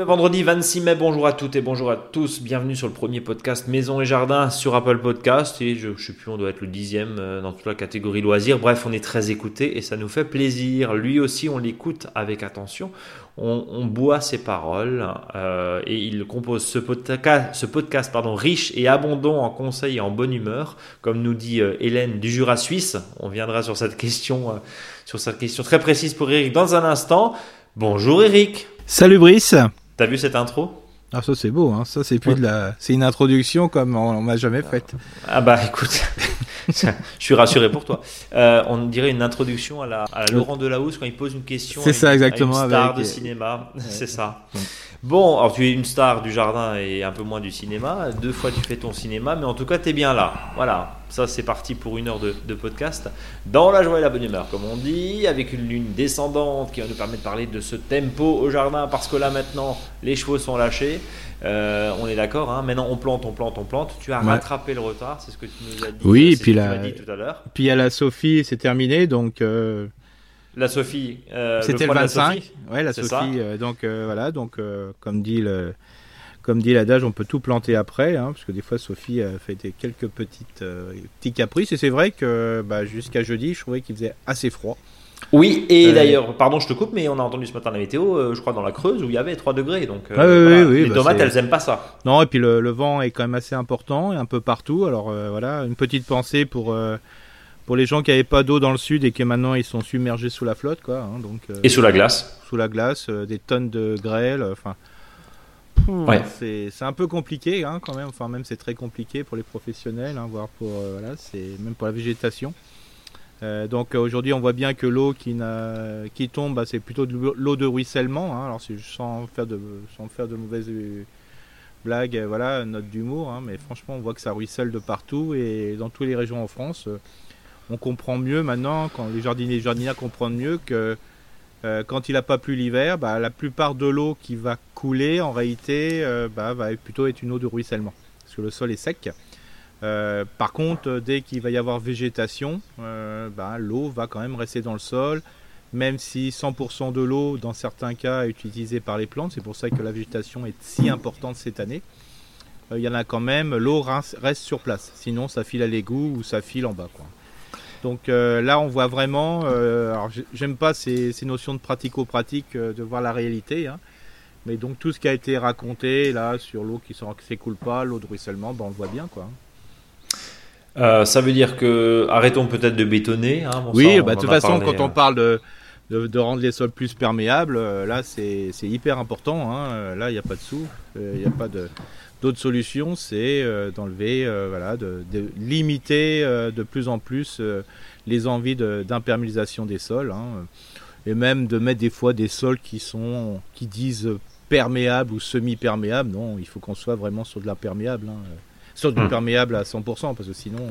vendredi 26 mai, bonjour à toutes et bonjour à tous, bienvenue sur le premier podcast Maison et Jardin sur Apple Podcast et je sais plus, on doit être le 10e dans toute la catégorie loisirs, bref on est très écouté et ça nous fait plaisir, lui aussi on l'écoute avec attention, on boit ses paroles et il compose ce podcast riche et abondant en conseils et en bonne humeur, comme nous dit Hélène du Jura suisse, on viendra sur cette question très précise pour Eric dans un instant. Bonjour Eric. Salut Brice. T'as vu cette intro ? Ah ça c'est beau, hein. Ça c'est plus c'est une introduction comme on m'a jamais faite. Ah bah écoute, je suis rassuré pour toi. On dirait une introduction à la Laurent Delahousse quand il pose une question. C'est ça exactement. À une star de cinéma, c'est ça. Bon, alors tu es une star du jardin et un peu moins du cinéma. 2 fois tu fais ton cinéma, mais en tout cas t'es bien là. Voilà, ça c'est parti pour 1 heure de podcast. Dans la joie et la bonne humeur, comme on dit, avec une lune descendante qui va nous permettre de parler de ce tempo au jardin, parce que là maintenant les chevaux sont lâchés. On est d'accord, hein. Maintenant on plante. Tu as rattrapé le retard, c'est ce que tu nous as dit. Oui, puis tu m'as dit tout à l'heure. Puis il y a la Sophie, c'est terminé, donc. La Sophie, c'était le 25. Ouais, la Sophie. Voilà, comme dit l'adage, on peut tout planter après, hein, parce que des fois Sophie a fait quelques petits caprices. Et c'est vrai que jusqu'à jeudi, je trouvais qu'il faisait assez froid. Oui, et d'ailleurs, pardon, je te coupe, mais on a entendu ce matin la météo, je crois dans la Creuse, où il y avait 3 degrés. Donc, oui, les tomates, elles aiment pas ça. Non, et puis le vent est quand même assez important, et un peu partout. Alors voilà, une petite pensée pour les gens qui n'avaient pas d'eau dans le sud et qui maintenant ils sont submergés sous la flotte, quoi. Hein, donc, et sous la glace. Sous la glace, des tonnes de grêle. Enfin, c'est un peu compliqué, hein, quand même. Enfin, même c'est très compliqué pour les professionnels, hein, voire pour c'est même pour la végétation. Donc aujourd'hui, on voit bien que l'eau qui tombe, c'est plutôt de l'eau de ruissellement. Hein, alors c'est sans faire de mauvaises blagues, voilà, note d'humour. Hein, mais franchement, on voit que ça ruisselle de partout et dans toutes les régions en France. On comprend mieux maintenant, quand les jardiniers et jardinières comprennent mieux que quand il n'a pas plu l'hiver, la plupart de l'eau qui va couler, en réalité, va plutôt être une eau de ruissellement, parce que le sol est sec. Par contre, dès qu'il va y avoir végétation, l'eau va quand même rester dans le sol, même si 100% de l'eau, dans certains cas, est utilisée par les plantes. C'est pour ça que la végétation est si importante cette année. Il y en a quand même, l'eau reste sur place, sinon ça file à l'égout ou ça file en bas, quoi. Donc là, on voit vraiment. Alors, j'aime pas ces notions de pratico-pratique, de voir la réalité. Hein. Mais donc tout ce qui a été raconté là sur l'eau qui s'écoule pas, l'eau de ruissellement, on le voit bien, quoi. Ça veut dire que arrêtons peut-être de bétonner. Hein, oui, de toute façon, quand on parle de rendre les sols plus perméables, là c'est hyper important. Hein. Là, il n'y a pas de sous, il n'y a pas d'autre solution, c'est d'enlever, de limiter de plus en plus les envies d'imperméabilisation des sols, hein, et même de mettre des fois des sols qui disent perméables ou semi-perméables. Non, il faut qu'on soit vraiment sur de l'imperméable, hein, sur du perméable à 100%, parce que sinon,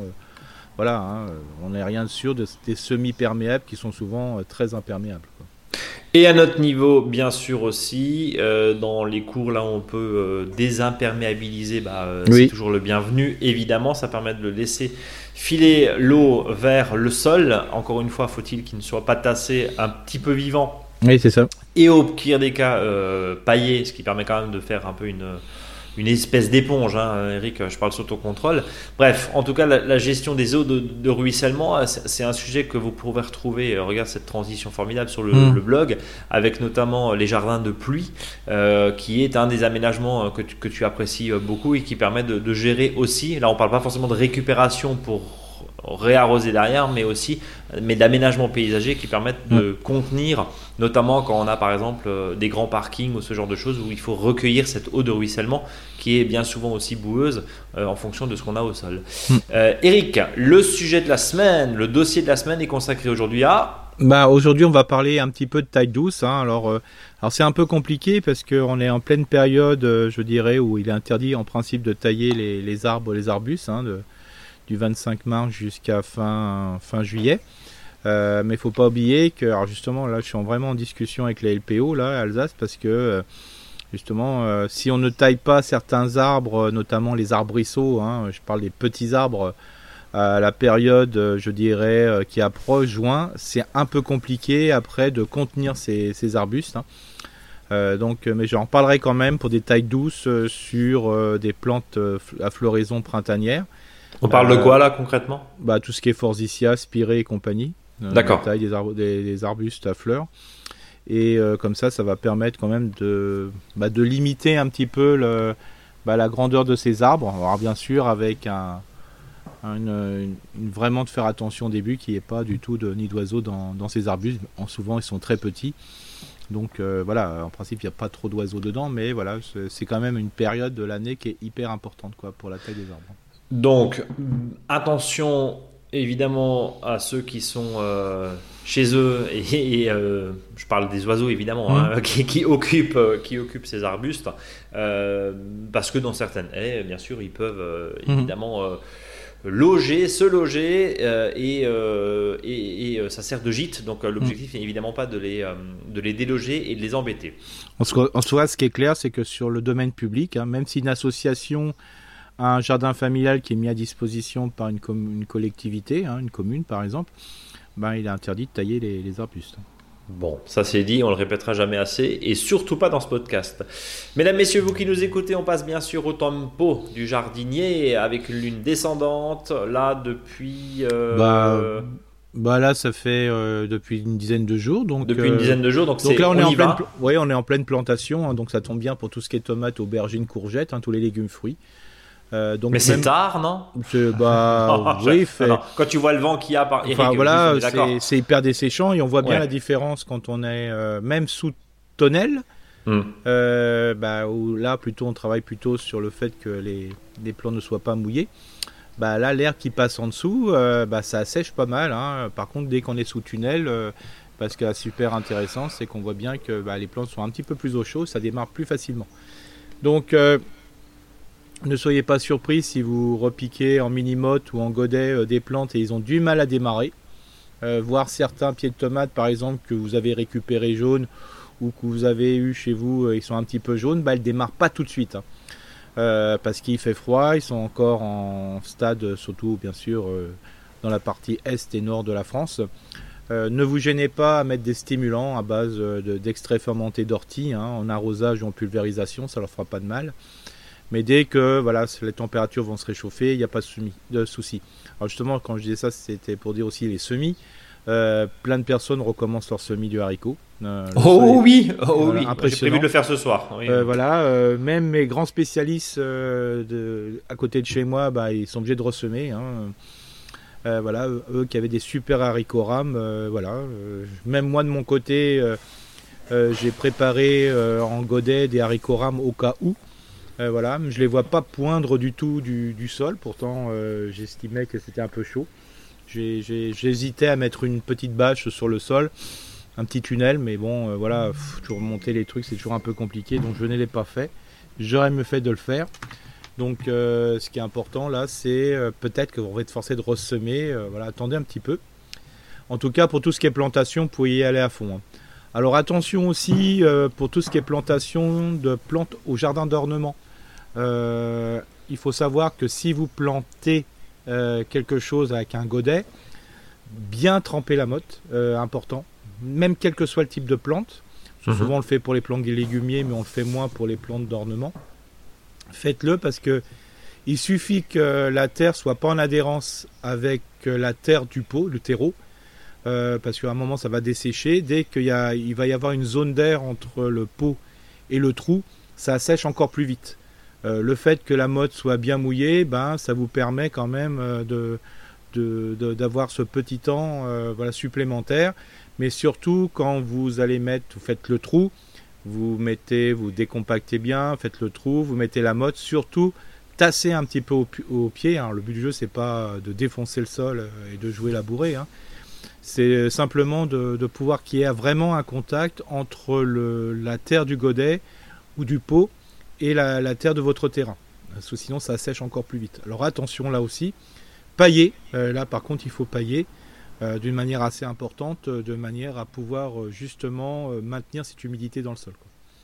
on n'est rien sûr des semi-perméables qui sont souvent très imperméables, quoi. Et à notre niveau, bien sûr aussi, dans les cours là on peut désimperméabiliser, c'est toujours le bienvenu. Évidemment, ça permet de laisser filer l'eau vers le sol. Encore une fois, faut-il qu'il ne soit pas tassé, un petit peu vivant. Oui, c'est ça. Et au pire des cas, paillé, ce qui permet quand même de faire un peu une espèce d'éponge, hein, Eric, je parle sous ton contrôle. Bref, en tout cas, la gestion des eaux de ruissellement, c'est un sujet que vous pourrez retrouver, regarde cette transition formidable sur le blog, avec notamment les jardins de pluie, qui est un des aménagements que tu apprécies beaucoup et qui permet de gérer aussi, là on ne parle pas forcément de récupération pour réarroser derrière, mais d'aménagement paysager qui permettent de contenir, notamment quand on a par exemple des grands parkings ou ce genre de choses où il faut recueillir cette eau de ruissellement qui est bien souvent aussi boueuse en fonction de ce qu'on a au sol. Eric, le sujet de la semaine, le dossier de la semaine est consacré aujourd'hui à... Aujourd'hui, on va parler un petit peu de taille douce. Hein. Alors c'est un peu compliqué parce qu'on est en pleine période, je dirais, où il est interdit en principe de tailler les arbres, les arbustes, hein, du 25 mars jusqu'à fin juillet. Mais il ne faut pas oublier que, alors justement, là, je suis vraiment en discussion avec les LPO, là, à Alsace, parce que, justement, si on ne taille pas certains arbres, notamment les arbrisseaux, hein, je parle des petits arbres, à la période, je dirais, qui approche juin, c'est un peu compliqué après de contenir ces arbustes. Hein. Mais j'en parlerai quand même pour des tailles douces sur des plantes à floraison printanière. On parle de quoi là concrètement? Tout ce qui est Forsythia, Spirée et compagnie. D'accord. La taille des arbustes à fleurs. Et comme ça va permettre quand même de limiter un petit peu la grandeur de ces arbres. Alors bien sûr avec vraiment de faire attention au début qu'il n'y ait pas du tout de nid d'oiseaux dans ces arbustes. Souvent ils sont très petits. Donc en principe il n'y a pas trop d'oiseaux dedans, mais voilà, c'est quand même une période de l'année qui est hyper importante pour la taille des arbres. Donc attention évidemment à ceux qui sont chez eux et je parle des oiseaux évidemment qui occupent ces arbustes parce que dans certaines haies bien sûr ils peuvent évidemment se loger et ça sert de gîte, donc l'objectif n'est évidemment pas de les déloger et de les embêter. En soi, ce qui est clair, c'est que sur le domaine public, même si une association a un jardin familial qui est mis à disposition par une collectivité, une commune par exemple, il est interdit de tailler les arbustes. Bon, ça c'est dit, on le répétera jamais assez, et surtout pas dans ce podcast. Mesdames, messieurs, vous qui nous écoutez, on passe bien sûr au tempo du jardinier avec lune descendante, là depuis... là ça fait depuis une dizaine de jours. Donc là on est en pleine plantation, donc ça tombe bien pour tout ce qui est tomates, aubergines, courgettes, tous les légumes fruits. Mais c'est tard, non? Oui, quand tu vois le vent qu'il y a c'est hyper desséchant et on voit bien la différence quand on est même sous tonnelle. Où là plutôt on travaille plutôt sur le fait que les plants ne soient pas mouillés. Là l'air qui passe en dessous, ça assèche pas mal. Par contre dès qu'on est sous tunnel, parce que super intéressant, c'est qu'on voit bien que les plantes sont un petit peu plus au chaud, ça démarre plus facilement. Donc ne soyez pas surpris si vous repiquez en mini-motte ou en godet des plantes et ils ont du mal à démarrer. Voir certains pieds de tomates par exemple que vous avez récupérés jaunes ou que vous avez eu chez vous, ils sont un petit peu jaunes, ils ne démarrent pas tout de suite. Parce qu'il fait froid, ils sont encore en stade, surtout bien sûr dans la partie est et nord de la France. Ne vous gênez pas à mettre des stimulants à base d'extrait fermenté d'ortie, en arrosage ou en pulvérisation, ça leur fera pas de mal. Mais dès que les températures vont se réchauffer, il n'y a pas de souci. Alors justement, quand je disais ça, c'était pour dire aussi les semis. Plein de personnes recommencent leur semis du haricot. Oui, j'ai prévu de le faire ce soir. Oui. Même mes grands spécialistes à côté de chez moi, ils sont obligés de ressemer. Eux qui avaient des super haricots rames. Même moi de mon côté, j'ai préparé en godet des haricots rames au cas où. Je les vois pas poindre du tout du sol, pourtant j'estimais que c'était un peu chaud. J'hésitais à mettre une petite bâche sur le sol, un petit tunnel, mais bon, toujours monter les trucs c'est toujours un peu compliqué, donc je ne l'ai pas fait. J'aurais mieux fait de le faire. Donc ce qui est important là, c'est peut-être que vous allez être forcé de ressemer, attendez un petit peu. En tout cas, pour tout ce qui est plantation, vous pouvez y aller à fond. Alors attention aussi pour tout ce qui est plantation de plantes au jardin d'ornement. Il faut savoir que si vous plantez quelque chose avec un godet, bien tremper la motte, important, même quel que soit le type de plante. Souvent on le fait pour les plantes légumiers, mais on le fait moins pour les plantes d'ornement. Faites-le parce que il suffit que la terre soit pas en adhérence avec la terre du pot, le terreau, parce qu'à un moment ça va dessécher. Dès il va y avoir une zone d'air entre le pot et le trou, ça sèche encore plus vite. Le fait que la motte soit bien mouillée, ça vous permet quand même d'avoir ce petit temps supplémentaire. Mais surtout quand vous faites le trou, vous décompactez bien, faites le trou, vous mettez la motte, surtout tassez un petit peu au pied. Alors, le but du jeu c'est pas de défoncer le sol et de jouer labouré. C'est simplement de pouvoir qu'il y ait vraiment un contact entre la terre du godet ou du pot et la terre de votre terrain. Parce que sinon ça sèche encore plus vite. Alors attention là aussi, pailler. Là par contre il faut pailler d'une manière assez importante, de manière à pouvoir justement maintenir cette humidité dans le sol.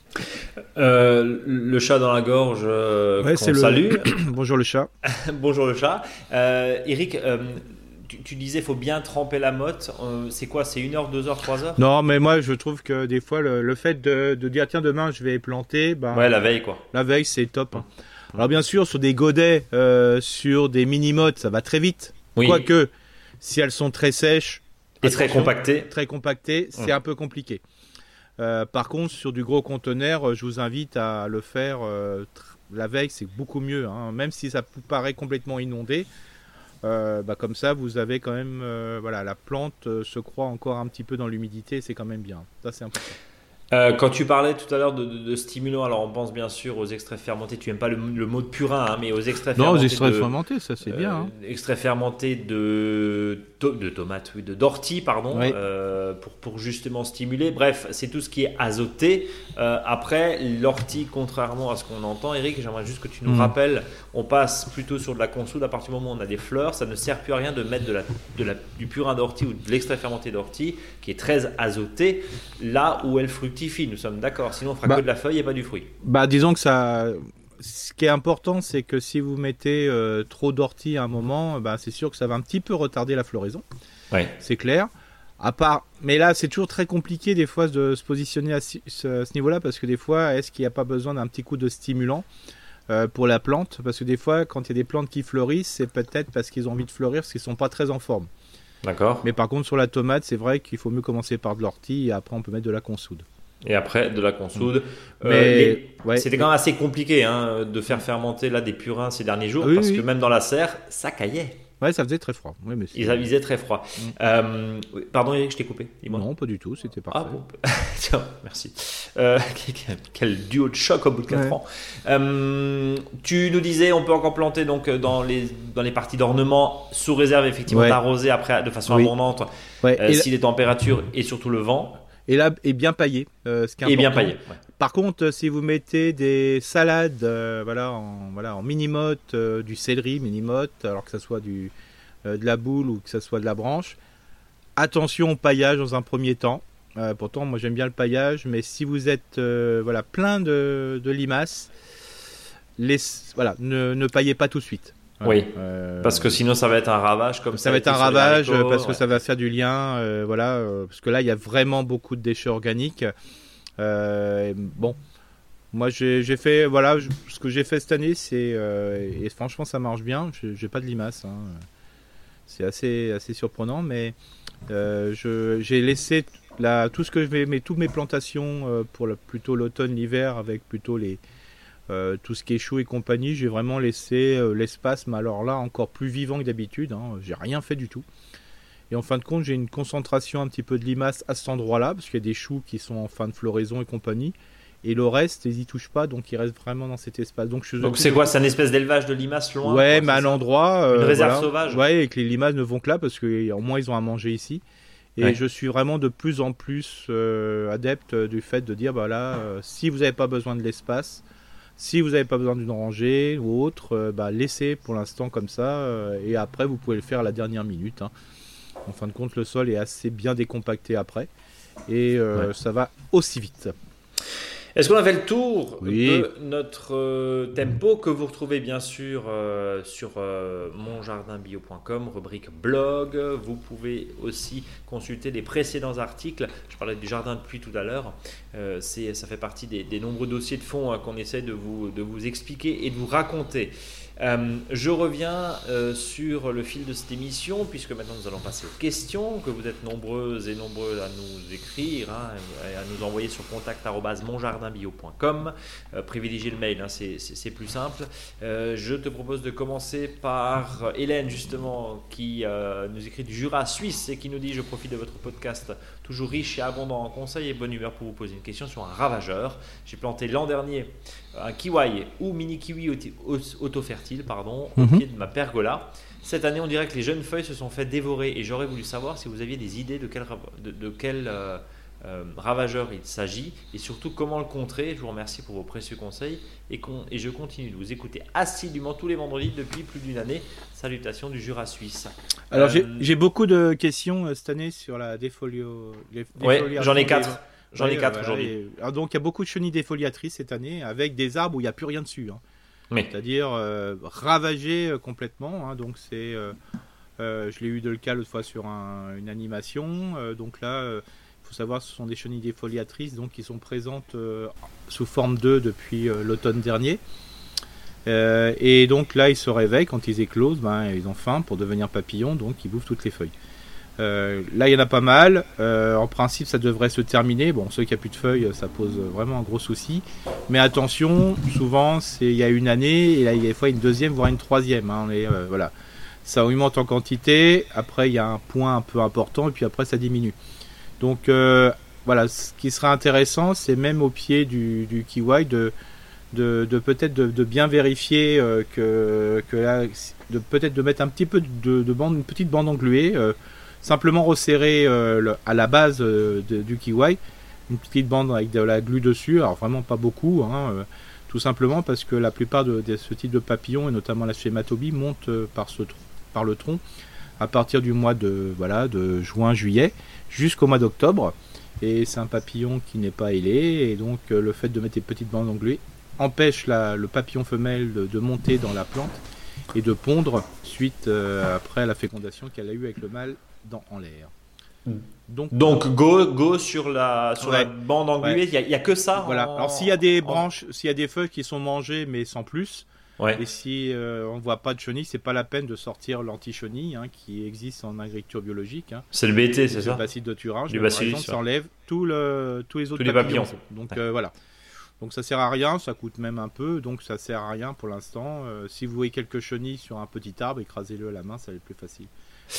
Le chat dans la gorge, qu'on salue. Bonjour le chat. Bonjour le chat. Eric, tu disais faut bien tremper la motte. C'est quoi? C'est 1 heure, 2 heures, 3 heures? Non, mais moi, je trouve que des fois, le fait de dire, tiens, demain, je vais planter, Ouais, la veille, quoi. La veille, c'est top. Hein. Alors, bien sûr, sur des godets, sur des mini-mottes, ça va très vite. Oui. Quoique, si elles sont très sèches et très compactées, c'est un peu compliqué. Par contre, sur du gros conteneur, je vous invite à le faire la veille, c'est beaucoup mieux. Hein. Même si ça vous paraît complètement inondé, comme ça, vous avez quand même, la plante se croît encore un petit peu dans l'humidité, c'est quand même bien. Ça, c'est important. Quand tu parlais tout à l'heure de stimulants, alors on pense bien sûr aux extraits fermentés. Tu n'aimes pas le mot de purin, hein, mais aux extraits fermentés. Non, aux extraits fermentés, ça c'est bien. Hein. Extraits fermentés de tomates, oui, d'ortie, pardon, oui. pour justement stimuler. Bref, c'est tout ce qui est azoté. Après, l'ortie, contrairement à ce qu'on entend, Eric, j'aimerais juste que tu nous rappelles, on passe plutôt sur de la consoude à partir du moment où on a des fleurs. Ça ne sert plus à rien de mettre du purin d'ortie ou de l'extrait fermenté d'ortie, qui est très azoté, là où elle fructifie. Nous sommes d'accord, sinon on fera que de la feuille et pas du fruit. Disons que ça, ce qui est important, c'est que si vous mettez trop d'ortie à un moment, c'est sûr que ça va un petit peu retarder la floraison. Ouais. C'est clair. Mais là, c'est toujours très compliqué des fois de se positionner à ce niveau-là, parce que des fois, est-ce qu'il n'y a pas besoin d'un petit coup de stimulant pour la plante? Parce que des fois, quand il y a des plantes qui fleurissent, c'est peut-être parce qu'ils ont envie de fleurir, parce qu'ils ne sont pas très en forme. D'accord. Mais par contre, sur la tomate, c'est vrai qu'il faut mieux commencer par de l'ortie et après on peut mettre de la consoude. Et après, de la consoude. C'était quand même assez compliqué de faire fermenter là, des purins ces derniers jours, parce que même dans la serre, ça caillait. Ouais, ça faisait très froid. Oui, mais ils avisaient très froid. Pardon Eric, je t'ai coupé. Dis-moi. Non, pas du tout, c'était parfait. Ah bon. Tiens, merci. Quel duo de choc au bout de 4 ans. Tu nous disais, on peut encore planter donc, dans les parties d'ornement, sous réserve effectivement d'arroser après de façon abondante, si les températures et surtout le vent. Et bien paillé, ce qui est important. Et bien paillé. Ouais. Par contre, si vous mettez des salades, en mini-motte, du céleri mini-motte, alors que ça soit de la boule ou que ça soit de la branche, attention au paillage dans un premier temps. Pourtant, moi j'aime bien le paillage, mais si vous êtes plein de limaces, ne paillez pas tout de suite. Oui, parce que sinon ça va être un ravage comme ça. Ça va être un ravage parce que ça va faire du lien, parce que là il y a vraiment beaucoup de déchets organiques. Moi j'ai fait, ce que j'ai fait cette année, et franchement ça marche bien. J'ai pas de limaces, hein. C'est assez surprenant, mais j'ai laissé tout ce que je vais, toutes mes plantations pour plutôt l'automne, l'hiver, avec plutôt tout ce qui est chou et compagnie, j'ai vraiment laissé l'espace, mais alors là encore plus vivant que d'habitude, hein. J'ai rien fait du tout. Et en fin de compte, j'ai une concentration un petit peu de limaces à cet endroit-là, parce qu'il y a des choux qui sont en fin de floraison et compagnie, et le reste, ils y touchent pas, donc ils restent vraiment dans cet espace. Donc c'est quoi? C'est une espèce d'élevage de limaces loin? Ouais, mais à l'endroit, une réserve sauvage. Ouais, et que les limaces ne vont que là, parce qu'au moins ils ont à manger ici. Et je suis vraiment de plus en plus adepte du fait de dire, si vous n'avez pas besoin de l'espace, si vous n'avez pas besoin d'une rangée ou autre, laissez pour l'instant comme ça, et après vous pouvez le faire à la dernière minute. Hein. En fin de compte, le sol est assez bien décompacté après, et ça va aussi vite. Est-ce qu'on a fait le tour de notre tempo que vous retrouvez bien sûr sur monjardinbio.com, rubrique blog. Vous pouvez aussi consulter les précédents articles. Je parlais du jardin de pluie tout à l'heure. Ça fait partie des nombreux dossiers de fond qu'on essaie de vous expliquer et de vous raconter. Je reviens sur le fil de cette émission, puisque maintenant nous allons passer aux questions que vous êtes nombreuses et nombreux à nous écrire, et à nous envoyer sur contact@monjardinbio.com. Privilégiez le mail, c'est plus simple. Je te propose de commencer par Hélène, justement, qui nous écrit du Jura suisse et qui nous dit: je profite de votre podcast toujours riche et abondant en conseils et bonne humeur pour vous poser une question sur un ravageur. J'ai planté l'an dernier un kiwi ou mini kiwi auto-fertile au pied de ma pergola. Cette année, on dirait que les jeunes feuilles se sont fait dévorer, et j'aurais voulu savoir si vous aviez des idées de quel ravageur il s'agit, et surtout comment le contrer. Je vous remercie pour vos précieux conseils, et je continue de vous écouter assidûment tous les vendredis depuis plus d'une année. Salutations du Jura suisse. Alors j'ai beaucoup de questions cette année sur la défoliation. Ouais, j'en ai 4. J'en ai 4 aujourd'hui. Donc il y a beaucoup de chenilles défoliatrices cette année, avec des arbres où il n'y a plus rien dessus. Hein. Oui. C'est-à-dire ravagées complètement. Hein. Donc c'est Je l'ai eu de le cas l'autre fois sur une animation. Donc là, il faut savoir, ce sont des chenilles défoliatrices donc qui sont présentes sous forme d'œufs depuis l'automne dernier. Et donc là, ils se réveillent quand ils éclosent, ils ont faim pour devenir papillons, donc ils bouffent toutes les feuilles. Là, il y en a pas mal. En principe, ça devrait se terminer. Bon, ceux qui n'ont plus de feuilles, ça pose vraiment un gros souci. Mais attention, souvent, il y a une année, et là, il y a des fois une deuxième, voire une troisième. Voilà. Ça augmente en quantité. Après, il y a un point un peu important, et puis après, ça diminue. Donc, voilà. Ce qui serait intéressant, c'est même au pied du kiwai de peut-être de bien vérifier que là, peut-être de mettre un petit peu de bande, une petite bande engluée. Simplement resserrer à la base du kiwai, une petite bande avec de la glu dessus, alors vraiment pas beaucoup, tout simplement parce que la plupart de ce type de papillons, et notamment la shématobie, montent par le tronc à partir du mois de juin-juillet jusqu'au mois d'octobre. Et c'est un papillon qui n'est pas ailé, et donc le fait de mettre des petites bandes engluées empêche le papillon femelle de monter dans la plante et de pondre suite après la fécondation qu'elle a eue avec le mâle en l'air. Donc go sur la bande engluée, il y a que ça. Voilà. Alors s'il y a des branches, s'il y a des feuilles qui sont mangées mais sans plus, et si on voit pas de chenille, c'est pas la peine de sortir l'anti-chenille qui existe en agriculture biologique. C'est le BT, c'est ça. Le bacille de Thuringe. Par exemple, ça enlève tous les autres papillons. Donc voilà. Donc ça sert à rien, ça coûte même un peu, donc ça sert à rien pour l'instant. Si vous voyez quelques chenilles sur un petit arbre, écrasez-le à la main, ça va être plus facile.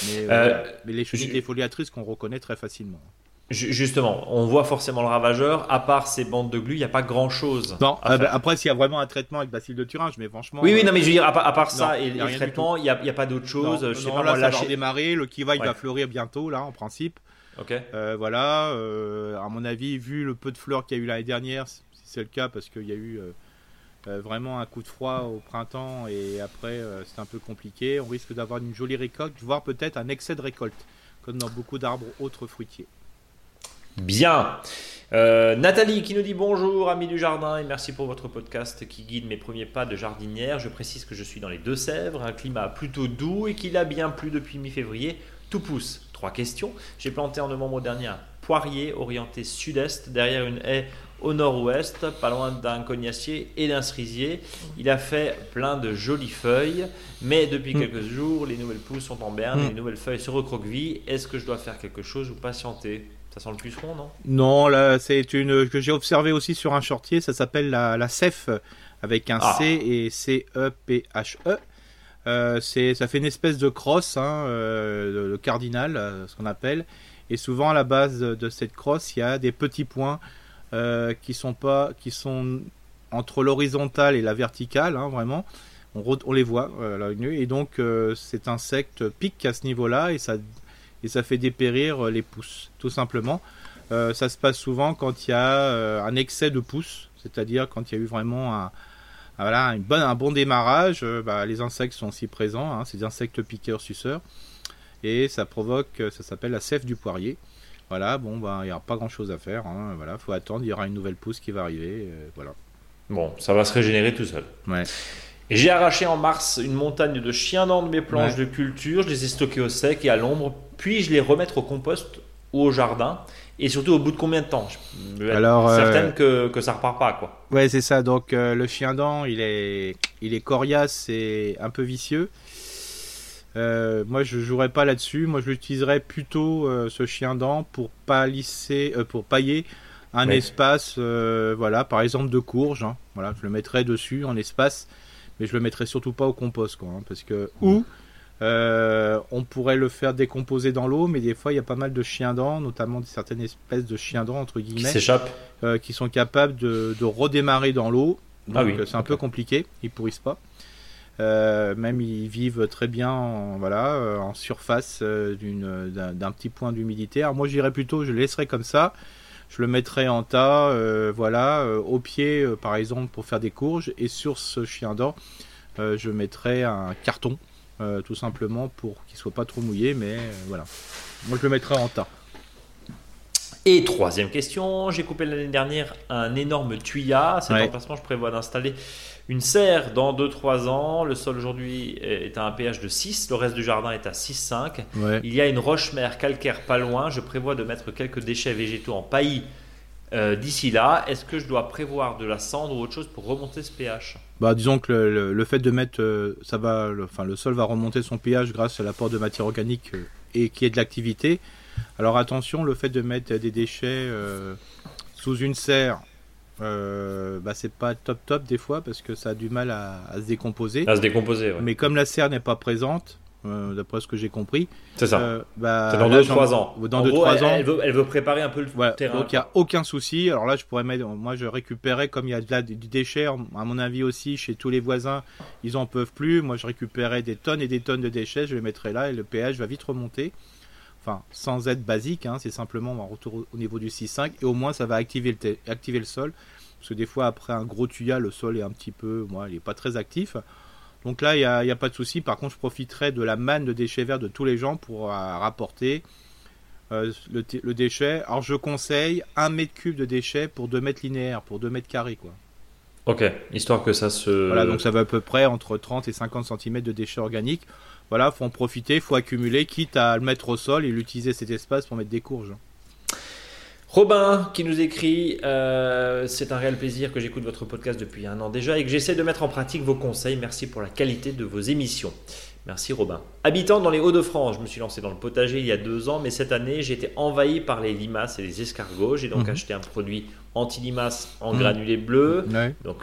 Mais les chenilles défoliatrices qu'on reconnaît très facilement. Justement, on voit forcément le ravageur. À part ces bandes de glu, il n'y a pas grand-chose. Non. Après, s'il y a vraiment un traitement avec bacille de Thuringe, mais franchement. Oui, non, mais je veux dire, à part ça et les traitements, il n'y a pas d'autre chose. Non, je sais pas, là, ça va redémarrer. Le kiwai va fleurir bientôt, là, en principe. Ok. Voilà. À mon avis, vu le peu de fleurs qu'il y a eu l'année dernière, si c'est le cas, parce qu'il y a eu vraiment un coup de froid au printemps et après c'est un peu compliqué. On risque d'avoir une jolie récolte, voire peut-être un excès de récolte, comme dans beaucoup d'arbres autres fruitiers. Bien. Nathalie qui nous dit bonjour amis du jardin et merci pour votre podcast qui guide mes premiers pas de jardinière. Je précise que je suis dans les Deux-Sèvres, un climat plutôt doux et qu'il a bien plu depuis mi-février. Tout pousse. 3 questions. J'ai planté en novembre dernier un poirier orienté sud-est derrière une haie au nord-ouest, pas loin d'un cognacier et d'un cerisier. Il a fait plein de jolies feuilles, mais depuis quelques jours, les nouvelles pousses sont en berne et les nouvelles feuilles se recroquevillent. Est-ce que je dois faire quelque chose ou patienter ? Ça sent le puceron, non ? Non, là, c'est une que j'ai observé aussi sur un shortier. Ça s'appelle la CEF avec un C et C-E-P-H-E. Ça fait une espèce de crosse, de cardinal, ce qu'on appelle. Et souvent, à la base de cette crosse, il y a des petits points qui sont entre l'horizontale et la verticale, vraiment. On les voit là, et donc cet insecte pique à ce niveau-là et ça fait dépérir les pousses, tout simplement. Ça se passe souvent quand il y a un excès de pousses, c'est-à-dire quand il y a eu vraiment un bon démarrage. Les insectes sont aussi présents, c'est des insectes piqueurs suceurs, et ça s'appelle la sève du poirier. Voilà, il n'y a pas grand chose à faire. Voilà, faut attendre, il y aura une nouvelle pousse qui va arriver. Voilà. Bon, ça va se régénérer tout seul. Ouais. J'ai arraché en mars une montagne de chiens-dents de mes planches de culture. Je les ai stockées au sec et à l'ombre. Puis-je les remettre au compost ou au jardin ? Et surtout, au bout de combien de temps ? Je veux être certaine que ça repart pas, quoi. Ouais, c'est ça. Donc, le chien-dent, il est coriace et un peu vicieux. Moi, je jouerais pas là-dessus. Moi, je l'utiliserais plutôt ce chien-dent pour pailler un espace, par exemple de courge. Voilà, je le mettrais dessus en espace, mais je le mettrais surtout pas au compost, quoi, parce que on pourrait le faire décomposer dans l'eau, mais des fois, il y a pas mal de chiens-dents, notamment certaines espèces de chiens-dents entre guillemets, qui s'échappent, qui sont capables de redémarrer dans l'eau. Donc, c'est un peu compliqué. Ils pourrissent pas. Même ils vivent très bien en surface d'un petit point d'humidité. Alors moi j'irais plutôt, je le laisserais comme ça, je le mettrais en tas au pied par exemple pour faire des courges, et sur ce chien-dent je mettrais un carton tout simplement pour qu'il soit pas trop mouillé, mais voilà, moi je le mettrais en tas. Et 3e question, j'ai coupé l'année dernière un énorme tuya. À cet emplacement, je prévois d'installer Une serre dans 2-3 ans. Le sol aujourd'hui est à un pH de 6. Le reste du jardin est à 6,5. Ouais. Il y a une roche-mère calcaire pas loin. Je prévois de mettre quelques déchets végétaux en paillis d'ici là. Est-ce que je dois prévoir de la cendre ou autre chose pour remonter ce pH ? Bah, disons que le fait de mettre, le sol va remonter son pH grâce à l'apport de matière organique et qui est de l'activité. Alors attention, le fait de mettre des déchets sous une serre, c'est pas top des fois parce que ça a du mal à se décomposer. À se décomposer, ouais. Mais comme la serre n'est pas présente, d'après ce que j'ai compris, c'est ça. C'est dans 2-3 ans. Dans 2-3 ans, elle veut préparer un peu le terrain. Donc il n'y a aucun souci. Alors là, je récupérais, comme il y a du déchet, à mon avis aussi, chez tous les voisins, ils en peuvent plus. Moi, je récupérais des tonnes et des tonnes de déchets, je les mettrais là et le pH va vite remonter. Enfin, sans être basique, hein, c'est simplement un retour au niveau du 6,5 et au moins ça va activer le sol. Parce que des fois, après un gros tuyau, le sol est un petit peu, il n'est pas très actif. Donc là, il n'y a pas de souci. Par contre, je profiterai de la manne de déchets verts de tous les gens pour rapporter le déchet. Alors, je conseille 1 mètre cube de déchets pour 2 mètres linéaires, pour 2 mètres carrés, quoi. Ok, histoire que ça se... Voilà, donc ça va à peu près entre 30 et 50 cm de déchets organiques. Voilà, faut en profiter, faut accumuler, quitte à le mettre au sol et l'utiliser cet espace pour mettre des courges. Robin qui nous écrit c'est un réel plaisir que j'écoute votre podcast depuis 1 an déjà et que j'essaie de mettre en pratique vos conseils. Merci pour la qualité de vos émissions. Merci Robin. Habitant dans les Hauts-de-France, je me suis lancé dans le potager il y a 2 ans, mais cette année j'ai été envahi par les limaces et les escargots. J'ai donc acheté un produit anti-limaces en granulés bleus, donc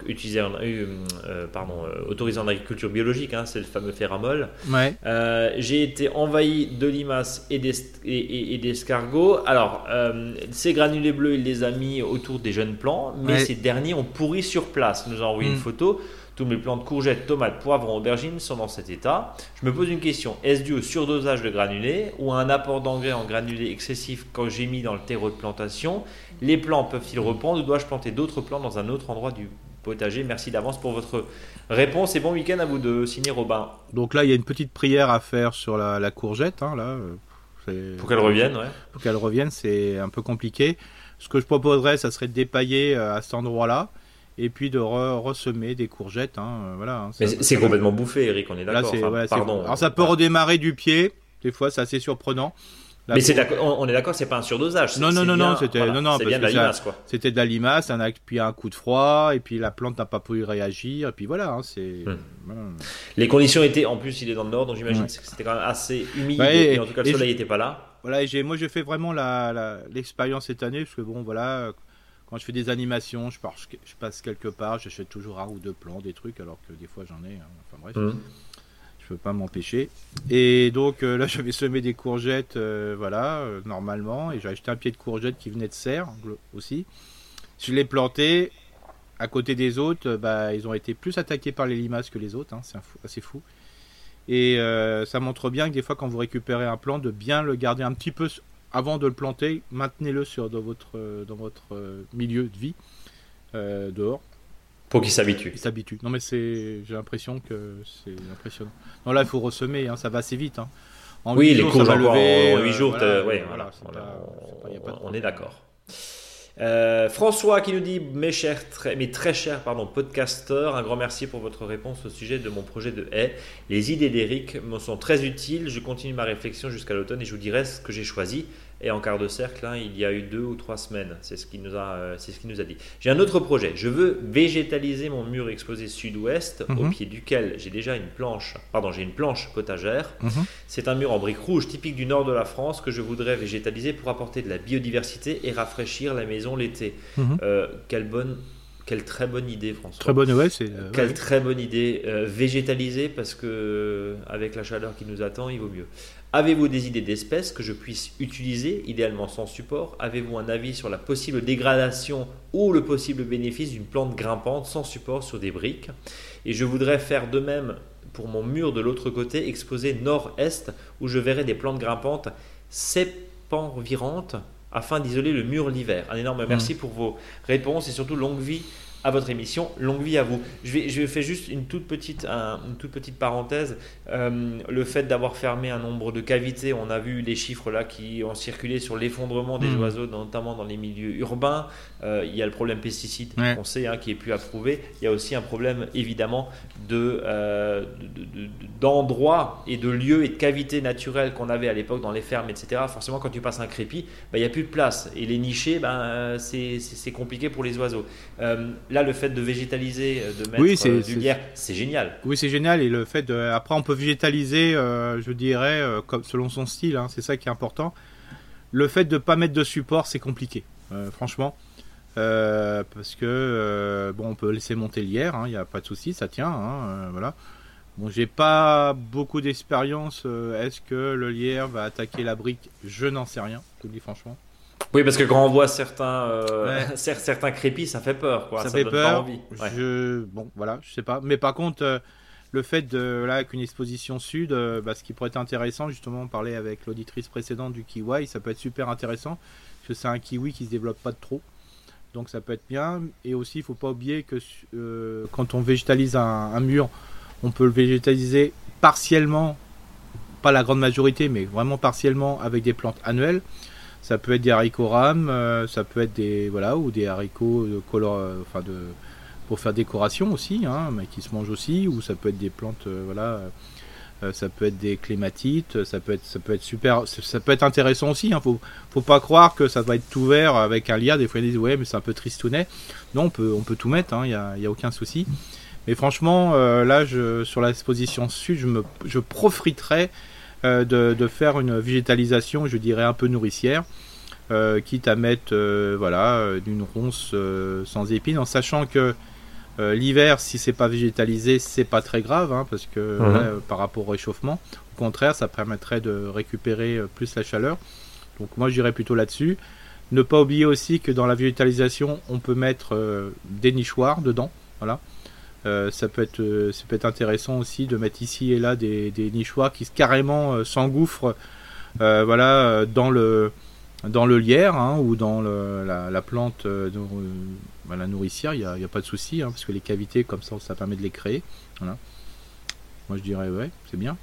autorisé en agriculture biologique, hein, c'est le fameux Ferramol. Ouais. J'ai été envahi de limaces et d'escargots. Alors, ces granulés bleus, il les a mis autour des jeunes plants, mais ces derniers ont pourri sur place. Il nous a envoyé une photo. Tous mes plants de courgettes, tomates, poivrons, aubergines sont dans cet état. Je me pose une question, est-ce dû au surdosage de granulés ou à un apport d'engrais en granulés excessif quand j'ai mis dans le terreau de plantation ? Les plants peuvent-ils reprendre ou dois-je planter d'autres plants dans un autre endroit du potager ? Merci d'avance pour votre réponse et bon week-end à vous deux. Signé Robin. Donc là, il y a une petite prière à faire sur la courgette. Hein, là, pour qu'elle revienne, Pour qu'elle revienne, c'est un peu compliqué. Ce que je proposerais, ça serait de dépailler à cet endroit-là. Et puis de ressemer des courgettes. Mais c'est complètement bouffé, Eric, on est d'accord. Pardon. Alors ça peut redémarrer du pied. Des fois, c'est assez surprenant. Là, mais on est d'accord, c'est pas un surdosage. Non, c'était bien de la limace, quoi. C'était de la limace, puis un coup de froid, et puis la plante n'a pas pu réagir, et puis voilà. Les conditions étaient, en plus, il est dans le nord, donc j'imagine que c'était quand même assez humide, et en tout cas le soleil n'était pas là. Voilà, moi j'ai fait vraiment l'expérience cette année, parce que bon, voilà. Quand je fais des animations, je passe quelque part, j'achète toujours 1 ou 2 plants, des trucs, alors que des fois j'en ai. Enfin bref, je peux pas m'empêcher. Et donc là, j'avais semé des courgettes, normalement, et j'ai acheté un pied de courgette qui venait de serre aussi. Je l'ai planté à côté des autres. Ils ont été plus attaqués par les limaces que les autres. Hein, c'est assez fou. Et ça montre bien que des fois, quand vous récupérez un plant, de bien le garder un petit peu. Avant de le planter, maintenez-le dans votre milieu de vie, dehors. Pour qu'il s'habitue. Non mais j'ai l'impression que c'est impressionnant. Non là, il faut ressemer, hein, ça va assez vite. Hein. En 8 jours, ça va lever. En 8 jours, on est d'accord. François qui nous dit mes très chers podcasteurs, un grand merci pour votre réponse au sujet de mon projet de haie. Les idées d'Eric me sont très utiles. Je continue ma réflexion jusqu'à l'automne et je vous dirai ce que j'ai choisi. Et en quart de cercle, il y a eu 2 ou 3 semaines. C'est ce qu'il nous a dit. J'ai un autre projet. Je veux végétaliser mon mur exposé sud-ouest, au pied duquel j'ai déjà une planche potagère. C'est un mur en briques rouges typique du nord de la France que je voudrais végétaliser pour apporter de la biodiversité et rafraîchir la maison l'été. Quelle très bonne idée, François. Très bonne, très bonne idée. Végétaliser parce que avec la chaleur qui nous attend, il vaut mieux. Avez-vous des idées d'espèces que je puisse utiliser, idéalement sans support ? Avez-vous un avis sur la possible dégradation ou le possible bénéfice d'une plante grimpante sans support sur des briques ? Et je voudrais faire de même pour mon mur de l'autre côté, exposé nord-est, où je verrai des plantes grimpantes sépanvirantes afin d'isoler le mur l'hiver. Un énorme merci pour vos réponses et surtout longue vie à votre émission. Longue vie à vous. Je fais juste une toute petite parenthèse. Le fait d'avoir fermé un nombre de cavités, on a vu les chiffres là qui ont circulé sur l'effondrement des oiseaux, notamment dans les milieux urbains. Il y a le problème pesticides qu'on sait qui est plus approuvé. Il y a aussi un problème évidemment d'endroits et de lieux et de cavités naturelles qu'on avait à l'époque dans les fermes, etc. Forcément, quand tu passes un crépi, il n'y a plus de place. Et les nichés, c'est compliqué pour les oiseaux. Là, le fait de végétaliser, de mettre du lierre, c'est génial. Oui, c'est génial. Et le fait après, on peut végétaliser, je dirais, comme selon son style. C'est ça qui est important. Le fait de ne pas mettre de support, c'est compliqué, franchement. Parce que on peut laisser monter le lierre, il n'y a pas de souci, ça tient. Voilà. Bon, j'ai pas beaucoup d'expérience. Est-ce que le lierre va attaquer la brique? Je n'en sais rien, je te le dis franchement. Oui, parce que quand on voit certains crépis, ça fait peur, quoi. Ça fait donne peur. Pas envie. Ouais. Bon, voilà, je sais pas. Mais par contre, le fait avec une exposition sud, ce qui pourrait être intéressant, justement, on parlait avec l'auditrice précédente du kiwi, ça peut être super intéressant, parce que c'est un kiwi qui se développe pas de trop. Donc ça peut être bien. Et aussi, il faut pas oublier que quand on végétalise un mur, on peut le végétaliser partiellement, pas la grande majorité, mais vraiment partiellement avec des plantes annuelles. Ça peut être des haricots rames, ça peut être ou des haricots pour faire décoration aussi, mais qui se mangent aussi, ou ça peut être des plantes, ça peut être des clématites, ça peut être super, ça peut être intéressant aussi. Faut pas croire que ça va être tout vert avec un lierre. Des fois ils disent ouais, mais c'est un peu tristounet. Non, on peut tout mettre, y a aucun souci. Mais franchement, là, sur l'exposition sud, je profiterai de faire une végétalisation, je dirais un peu nourricière, quitte à mettre d'une ronce sans épines, en sachant que l'hiver, si c'est pas végétalisé, c'est pas très grave, parce que par rapport au réchauffement, au contraire, ça permettrait de récupérer plus la chaleur. Donc moi, j'irais plutôt là-dessus. Ne pas oublier aussi que dans la végétalisation, on peut mettre des nichoirs dedans, voilà. Ça peut être intéressant aussi de mettre ici et là des nichoirs qui carrément s'engouffrent dans le lierre ou dans la plante la nourricière. Il y a pas de souci, parce que les cavités comme ça permet de les créer. Voilà. Moi je dirais ouais, c'est bien.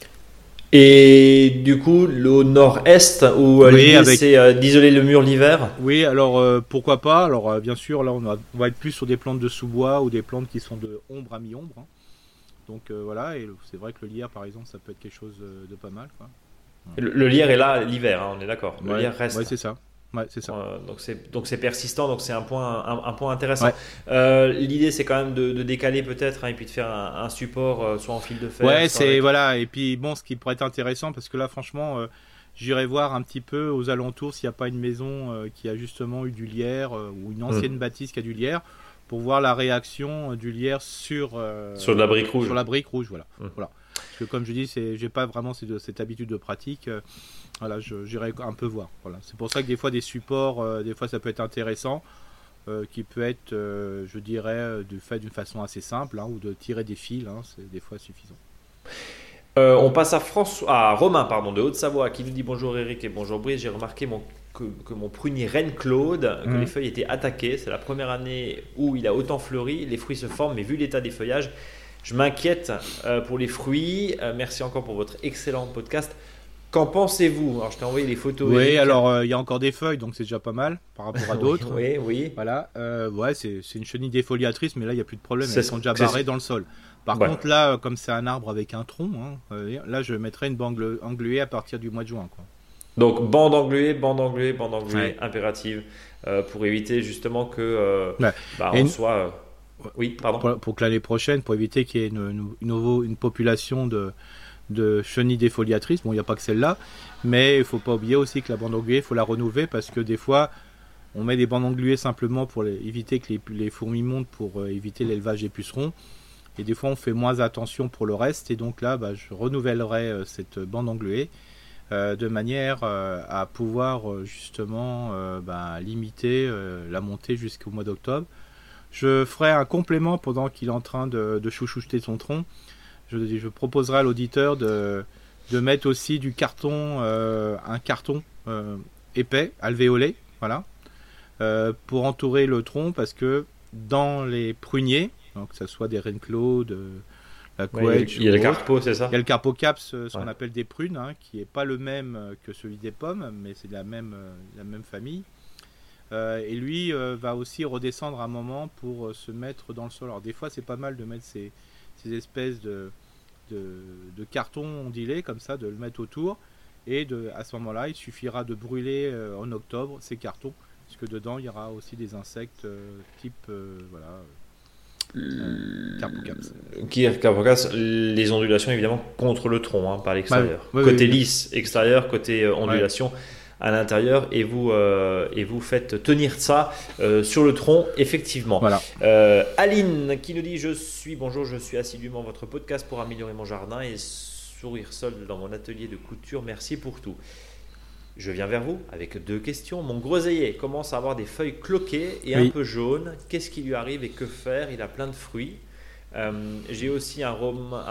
Et du coup, au nord-est, où l'idée c'est d'isoler le mur l'hiver. Oui, alors pourquoi pas. Alors bien sûr, là on va être plus sur des plantes de sous-bois ou des plantes qui sont de ombre à mi-ombre. Donc voilà, et c'est vrai que le lierre par exemple, ça peut être quelque chose de pas mal, quoi. Le lierre est là l'hiver, on est d'accord. Le lierre reste. Ouais, c'est ça. Ouais, c'est ça. Donc c'est persistant, donc c'est un point intéressant. Ouais. L'idée c'est quand même de décaler peut-être et puis de faire un support soit en fil de fer. Ouais, voilà. Et puis bon, ce qui pourrait être intéressant, parce que là franchement, j'irai voir un petit peu aux alentours s'il n'y a pas une maison qui a justement eu du lierre ou une ancienne bâtisse qui a du lierre, pour voir la réaction du lierre sur de la brique rouge. Sur la brique rouge, voilà. Voilà. Parce que comme je dis, j'ai pas vraiment cette habitude de pratique. Voilà, j'irai un peu voir. Voilà. C'est pour ça que des fois des supports, des fois ça peut être intéressant, qui peut être, je dirais, fait d'une façon assez simple, ou de tirer des fils, c'est des fois suffisant. On passe à Romain de Haute-Savoie, qui nous dit bonjour Eric et bonjour Brice. J'ai remarqué que mon prunier Reine Claude, que les feuilles étaient attaquées. C'est la première année où il a autant fleuri. Les fruits se forment, mais vu l'état des feuillages, je m'inquiète pour les fruits. Merci encore pour votre excellent podcast. Qu'en pensez-vous? Alors, je t'ai envoyé les photos. Oui, Eric. Alors il y a encore des feuilles, donc c'est déjà pas mal par rapport à d'autres. Oui. Voilà. Ouais, c'est une chenille défoliatrice, mais là il n'y a plus de problème. Elles sont déjà barrées dans le sol. Par contre, là, comme c'est un arbre avec un tronc, là je mettrais une bande engluée à partir du mois de juin, quoi. Donc bande engluée, impérative, pour éviter justement que on soit. Oui, pardon. Pour que l'année prochaine, pour éviter qu'il y ait une population de chenilles défoliatrices. Bon, il n'y a pas que celle-là, mais il ne faut pas oublier aussi que la bande engluée, il faut la renouveler, parce que des fois, on met des bandes engluées simplement pour éviter que les fourmis montent, pour éviter l'élevage des pucerons. Et des fois, on fait moins attention pour le reste. Et donc là, je renouvellerai cette bande engluée de manière à pouvoir justement limiter la montée jusqu'au mois d'octobre. Je ferai un complément pendant qu'il est en train de chouchouter son tronc. Je proposerai à l'auditeur de mettre aussi du carton, un carton épais, alvéolé, voilà, pour entourer le tronc, parce que dans les pruniers, donc que ce soit des Renclos, la Quetch. Il y a le Carpo, c'est ça? Il y a le Carpo Caps, ce qu'on appelle des prunes, qui n'est pas le même que celui des pommes, mais c'est la même famille. Et lui va aussi redescendre un moment pour se mettre dans le sol. Alors des fois c'est pas mal de mettre ces espèces de carton ondulé comme ça, de le mettre autour, et à ce moment là il suffira de brûler en octobre ces cartons, puisque dedans il y aura aussi des insectes type Carpocaps, les ondulations évidemment contre le tronc, par l'extérieur. Côté lisse extérieur, côté ondulation à l'intérieur, et vous faites tenir ça sur le tronc, effectivement. Voilà. Aline qui nous dit bonjour, je suis assidûment votre podcast pour améliorer mon jardin et sourire seul dans mon atelier de couture, merci pour tout. Je viens vers vous avec 2 questions. Mon groseillier commence à avoir des feuilles cloquées et un peu jaunes. Qu'est-ce qui lui arrive et que faire? Il a plein de fruits. J'ai aussi un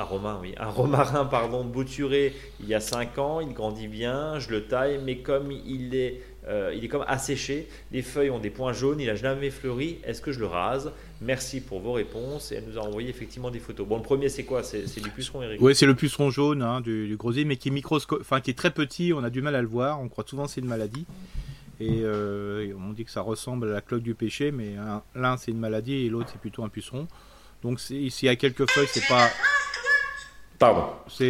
romarin bouturé il y a 5 ans. Il grandit bien, je le taille, mais comme il est comme asséché, les feuilles ont des points jaunes, il n'a jamais fleuri. Est-ce que je le rase? Merci pour vos réponses. Et elle nous a envoyé effectivement des photos. Bon, le premier c'est quoi? C'est du puceron, Eric? Oui, c'est le puceron jaune du groseillier, mais qui est qui est très petit. On a du mal à le voir. On croit souvent que c'est une maladie. Et on dit que ça ressemble à la cloque du péché, mais l'un c'est une maladie et l'autre c'est plutôt un puceron. Donc s'il y a quelques feuilles, c'est pas... Pardon.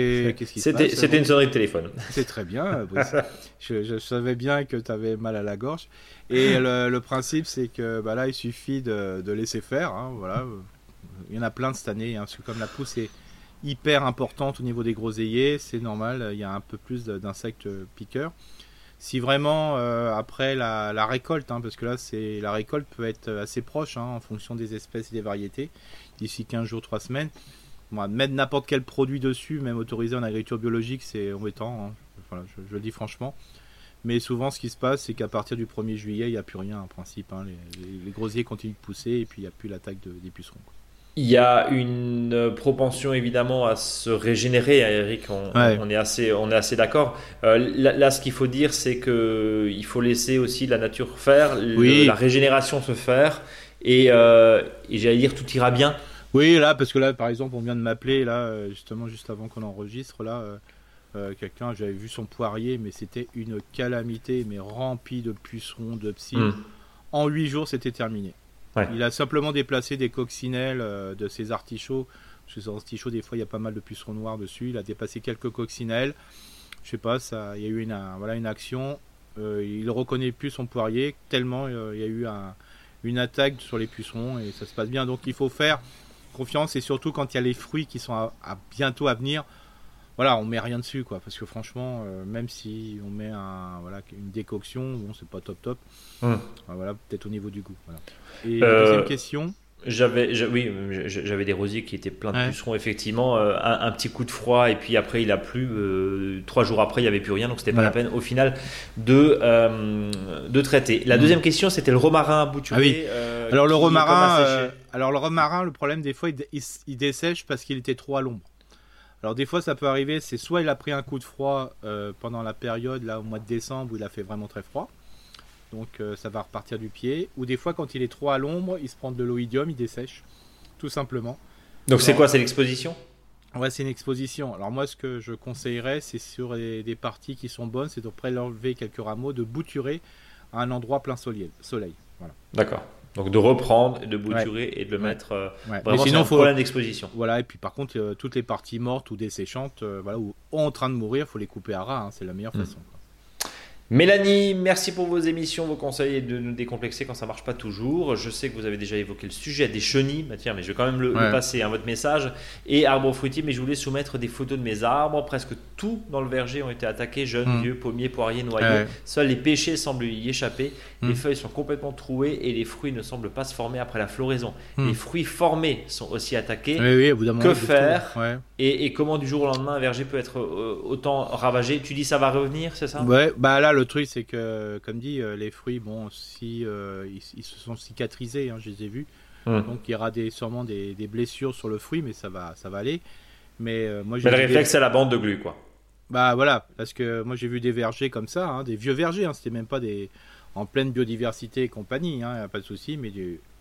C'était une sonnerie de téléphone. C'est très bien. Je savais bien que tu avais mal à la gorge. Et le principe, c'est que là, il suffit de laisser faire. Voilà. Il y en a plein de cette année. Parce que comme la pousse est hyper importante au niveau des groseilliers, c'est normal. Il y a un peu plus d'insectes piqueurs. Si vraiment, après la récolte, parce que là, la récolte peut être assez proche en fonction des espèces et des variétés, d'ici 15 jours, 3 semaines. Mettre n'importe quel produit dessus, même autorisé en agriculture biologique, c'est embêtant. Voilà, je le dis franchement. Mais souvent, ce qui se passe, c'est qu'à partir du 1er juillet, il n'y a plus rien en principe. Les groseilliers continuent de pousser et puis il n'y a plus l'attaque des pucerons. Il y a une propension évidemment à se régénérer, Eric, on est assez d'accord. Là, ce qu'il faut dire, c'est qu'il faut laisser aussi la nature faire, la régénération se faire, et j'allais dire tout ira bien. Oui, là, parce que là, par exemple, on vient de m'appeler, là, justement, juste avant qu'on enregistre, là, quelqu'un, j'avais vu son poirier, mais c'était une calamité, mais rempli de pucerons, de psylles. En 8 jours, c'était terminé. Ouais. Il a simplement déplacé des coccinelles de ses artichauts. Parce que ces artichauts, des fois, il y a pas mal de pucerons noirs dessus. Il a déplacé quelques coccinelles. Je sais pas, il y a eu une action. Il ne reconnaît plus son poirier, tellement il y a eu une attaque sur les pucerons et ça se passe bien. Donc il faut faire confiance, et surtout quand il y a les fruits qui sont bientôt à venir. Voilà, on met rien dessus, quoi, parce que franchement, même si on met une décoction, bon, c'est pas top. Voilà, peut-être au niveau du goût. Voilà. Et la deuxième question. J'avais des rosiers qui étaient pleins de pucerons, effectivement. Un petit coup de froid, et puis après il a plu. 3 jours après, il n'y avait plus rien, donc c'était pas la peine au final de traiter. La deuxième question, c'était le romarin bouturé. Ah oui. Alors le romarin, le problème des fois, il dessèche parce qu'il était trop à l'ombre. Alors des fois ça peut arriver, c'est soit il a pris un coup de froid pendant la période là au mois de décembre où il a fait vraiment très froid, donc ça va repartir du pied, ou des fois quand il est trop à l'ombre, il se prend de l'oïdium, il dessèche, tout simplement. Donc c'est quoi, c'est l'exposition? Ouais, c'est une exposition. Alors moi ce que je conseillerais, c'est sur des parties qui sont bonnes, c'est de prélever quelques rameaux, de bouturer à un endroit plein soleil. Voilà. D'accord. Donc de reprendre, de bouturer et de le mettre vraiment sinon, c'est un problème d'exposition. Voilà, et puis par contre, toutes les parties mortes ou desséchantes, ou en train de mourir, il faut les couper à ras, c'est la meilleure façon. Mélanie, merci pour vos émissions, vos conseils et de nous décomplexer quand ça marche pas toujours. Je sais que vous avez déjà évoqué le sujet des chenilles. Tiens, mais je vais quand même le passer, votre message. Et arbres fruitiers, mais je voulais soumettre des photos de mes arbres. Presque tout dans le verger ont été attaqués, jeunes, vieux, pommiers, poiriers, noyers. Seuls les pêchers semblent y échapper. Les feuilles sont complètement trouées et les fruits ne semblent pas se former après la floraison. Les fruits formés sont aussi attaqués. Évidemment. Que faire et comment du jour au lendemain un verger peut être autant ravagé? Tu dis ça va revenir, c'est ça? Ouais, là le truc c'est que, comme dit, les fruits, bon, si ils se sont cicatrisés, je les ai vus, donc il y aura sûrement des blessures sur le fruit, mais ça va aller. Mais moi, le réflexe, c'est la bande de glu, quoi. Bah voilà, parce que moi j'ai vu des vergers comme ça, des vieux vergers, c'était même pas en pleine biodiversité et compagnie, y a pas de souci, mais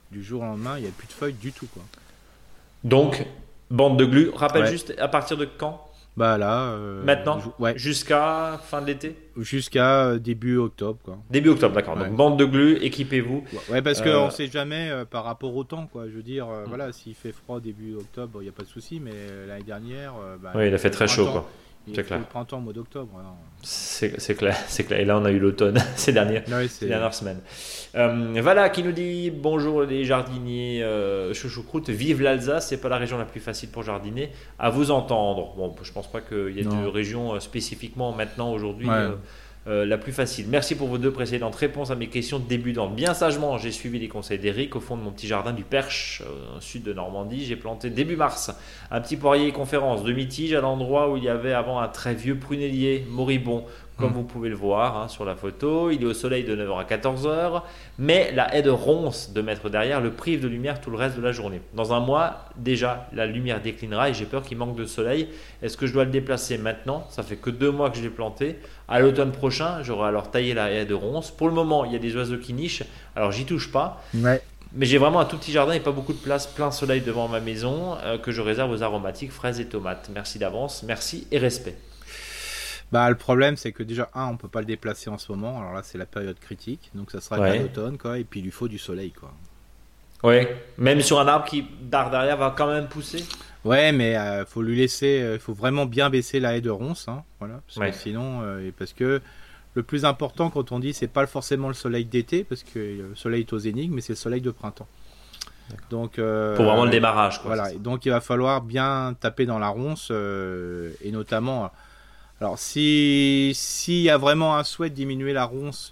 du jour au lendemain, il n'y a plus de feuilles du tout, quoi. Donc, bande de glu. Rappelle juste à partir de quand? Bah là. Maintenant. Jusqu'à fin de l'été. Jusqu'à début octobre, quoi. Début octobre, d'accord. Donc bande de glu, équipez-vous. Ouais, parce qu'on ne sait jamais par rapport au temps, quoi. Je veux dire, voilà, s'il fait froid début octobre, il n'y a pas de souci, mais l'année dernière. Oui, il a fait très chaud, quoi. C'est clair. Le printemps au mois d'octobre. C'est clair. Et là, on a eu l'automne ces dernières semaines. Voilà qui nous dit bonjour les jardiniers chouchoucroute. Vive l'Alsace, c'est pas la région la plus facile pour jardiner. À vous entendre. Bon, je pense pas qu'il y ait de région spécifiquement maintenant aujourd'hui. La plus facile. Merci pour vos 2 précédentes réponses à mes questions débutantes. Bien sagement, j'ai suivi les conseils d'Eric. Au fond de mon petit jardin du Perche, au sud de Normandie, j'ai planté début mars un petit poirier conférence demi-tige à l'endroit où il y avait avant un très vieux prunellier moribond. Comme vous pouvez le voir sur la photo, il est au soleil de 9h à 14h, mais la haie de ronces de mettre derrière le prive de lumière tout le reste de la journée. Dans un mois, déjà, la lumière déclinera et j'ai peur qu'il manque de soleil. Est-ce que je dois le déplacer maintenant? Ça fait que 2 mois que je l'ai planté. À l'automne prochain, j'aurai alors taillé la haie de ronces. Pour le moment, il y a des oiseaux qui nichent, alors j'y touche pas. Ouais. Mais j'ai vraiment un tout petit jardin et pas beaucoup de place, plein soleil devant ma maison que je réserve aux aromatiques, fraises et tomates. Merci d'avance, merci et respect. Bah, le problème, c'est que déjà, on peut pas le déplacer en ce moment. Alors là, c'est la période critique. Donc, ça sera à l'automne, quoi. Et puis, il lui faut du soleil, quoi. Ouais. Même sur un arbre qui, derrière, va quand même pousser. Ouais, mais faut lui laisser. Faut vraiment bien baisser la haie de ronces, voilà. Parce que sinon, parce que le plus important, quand on dit, c'est pas forcément le soleil d'été, parce que le soleil est aux énigmes, mais c'est le soleil de printemps. Donc, pour vraiment le démarrage, quoi. Voilà. Donc, il va falloir bien taper dans la ronce, et notamment. Alors, s'il y a vraiment un souhait de diminuer la ronce,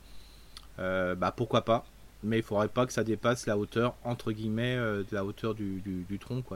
pourquoi pas. Mais il ne faudrait pas que ça dépasse la hauteur, entre guillemets, de la hauteur du tronc, quoi.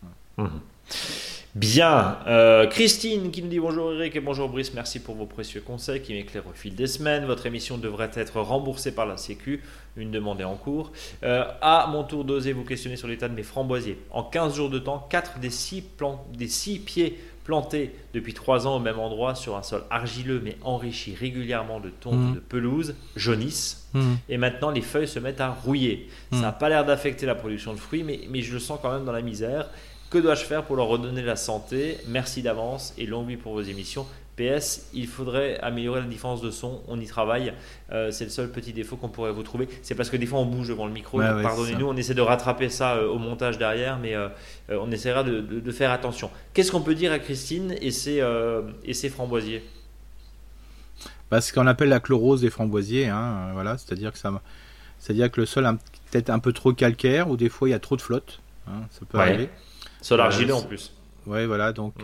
Bien. Christine qui nous dit bonjour Eric et bonjour Brice. Merci pour vos précieux conseils qui m'éclairent au fil des semaines. Votre émission devrait être remboursée par la Sécu. Une demande est en cours. À mon tour d'oser vous questionner sur l'état de mes framboisiers. En 15 jours de temps, 4 des 6 pieds plantés depuis 3 ans au même endroit sur un sol argileux mais enrichi régulièrement de tonte de pelouse jaunissent et maintenant les feuilles se mettent à rouiller. Ça n'a pas l'air d'affecter la production de fruits mais je le sens quand même dans la misère. Que dois-je faire pour leur redonner la santé? Merci d'avance et longue vie pour vos émissions. PS, il faudrait améliorer la différence de son, on y travaille. C'est le seul petit défaut qu'on pourrait vous trouver. C'est parce que des fois on bouge devant le micro, donc pardonnez-nous, on essaie de rattraper ça au montage derrière, mais on essaiera de faire attention. Qu'est-ce qu'on peut dire à Christine et ses framboisiers? Ce qu'on appelle la chlorose des framboisiers, voilà, c'est-à-dire que le sol est peut-être un peu trop calcaire ou des fois il y a trop de flotte, ça peut arriver. Sol argileux en plus. Ouais, voilà, donc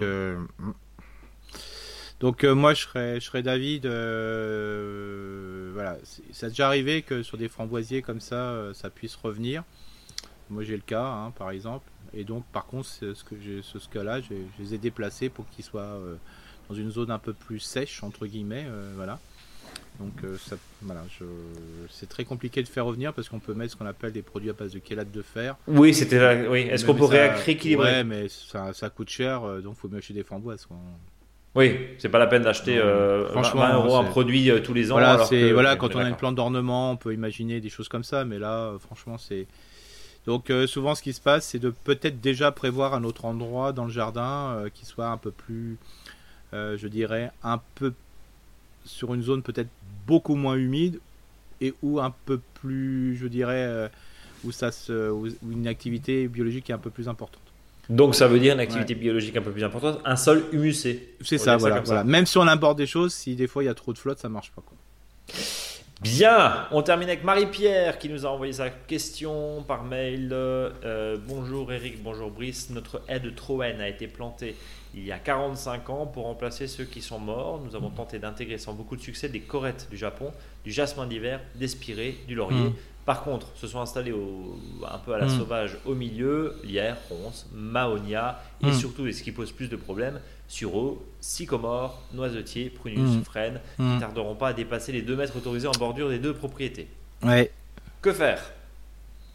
moi je serais d'avis voilà, ça a déjà arrivé que sur des framboisiers comme ça puisse revenir. Moi j'ai le cas, par exemple, et donc par contre ce cas-là, je les ai déplacés pour qu'ils soient dans une zone un peu plus sèche entre guillemets, voilà. Donc c'est très compliqué de faire revenir parce qu'on peut mettre ce qu'on appelle des produits à base de chélate de fer. Oui, Est-ce qu'on peut rééquilibrer? Ouais, mais ça coûte cher, donc il faut mieux acheter des framboises, quoi. Oui, c'est pas la peine d'acheter 20 € un produit tous les ans. Voilà, quand on a une plante d'ornement, on peut imaginer des choses comme ça, mais là, franchement, c'est. Donc souvent, ce qui se passe, c'est de peut-être déjà prévoir un autre endroit dans le jardin qui soit un peu plus, je dirais, un peu sur une zone peut-être beaucoup moins humide et où un peu plus, je dirais, où une activité biologique est un peu plus importante. Donc ça veut dire une activité biologique un peu plus importante, un sol humusé. C'est ça, voilà. Même si on aborde des choses, si des fois il y a trop de flotte, ça marche pas, quoi. Bien, on termine avec Marie-Pierre qui nous a envoyé sa question par mail. Bonjour Eric, bonjour Brice. Notre haie de Troène a été plantée il y a 45 ans pour remplacer ceux qui sont morts. Nous avons tenté d'intégrer sans beaucoup de succès des corettes du Japon, du jasmin d'hiver, des spirées, du laurier. Par contre, se sont installés un peu à la sauvage au milieu, lierre, ronces, mahonia et surtout, et ce qui pose plus de problèmes, sureau, sycomore, noisetier, prunus, frêne, qui ne tarderont pas à dépasser les 2 mètres autorisés en bordure des 2 propriétés. Ouais. Que faire?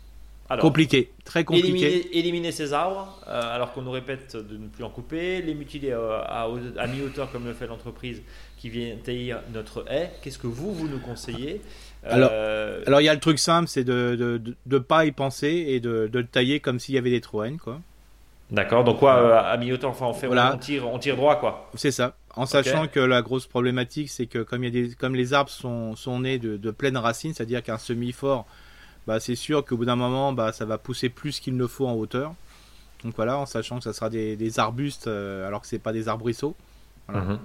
Alors, compliqué, très compliqué. Éliminer ces arbres, alors qu'on nous répète de ne plus en couper, les mutiler à mi-hauteur comme le fait l'entreprise qui vient tailler notre haie. Qu'est-ce que vous nous conseillez? Alors, il y a le truc simple, c'est de pas y penser et de le tailler comme s'il y avait des troènes, quoi. D'accord, donc quoi, à mi-hauteur, enfin voilà. on tire droit, quoi. C'est ça. En sachant que la grosse problématique, c'est que comme les arbres sont nés de pleines racines, c'est-à-dire qu'un semi-fort, bah, c'est sûr qu'au bout d'un moment, bah, ça va pousser plus qu'il ne faut en hauteur. Donc voilà, en sachant que ça sera des arbustes, alors que c'est pas des arbrisseaux. Voilà.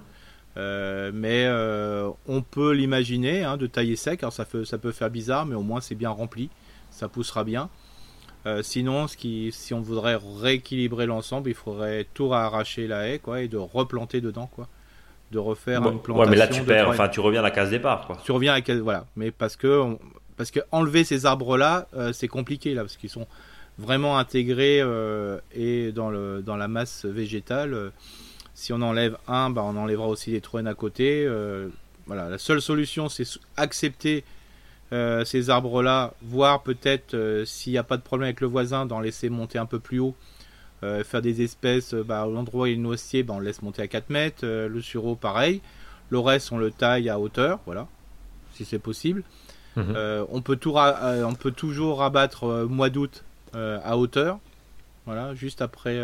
Mais on peut l'imaginer, de tailler sec. Alors ça peut faire bizarre, mais au moins c'est bien rempli, ça poussera bien. Sinon, si on voudrait rééquilibrer l'ensemble, il faudrait tout arracher la haie, quoi, et de replanter dedans, quoi, de refaire une plantation. Ouais, mais là tu reviens à la case départ, quoi. Tu reviens à voilà, mais parce que enlever ces arbres-là, c'est compliqué là, parce qu'ils sont vraiment intégrés et dans la masse végétale. Si on enlève un, bah, on enlèvera aussi les troènes à côté. Voilà, la seule solution, c'est accepter ces arbres-là, voir peut-être s'il n'y a pas de problème avec le voisin, d'en laisser monter un peu plus haut, faire des espèces, à l'endroit où il y a le noisier, on le laisse monter à 4 mètres, le sureau pareil, le reste on le taille à hauteur, voilà, si c'est possible. On peut toujours rabattre mois d'août à hauteur, voilà, juste après,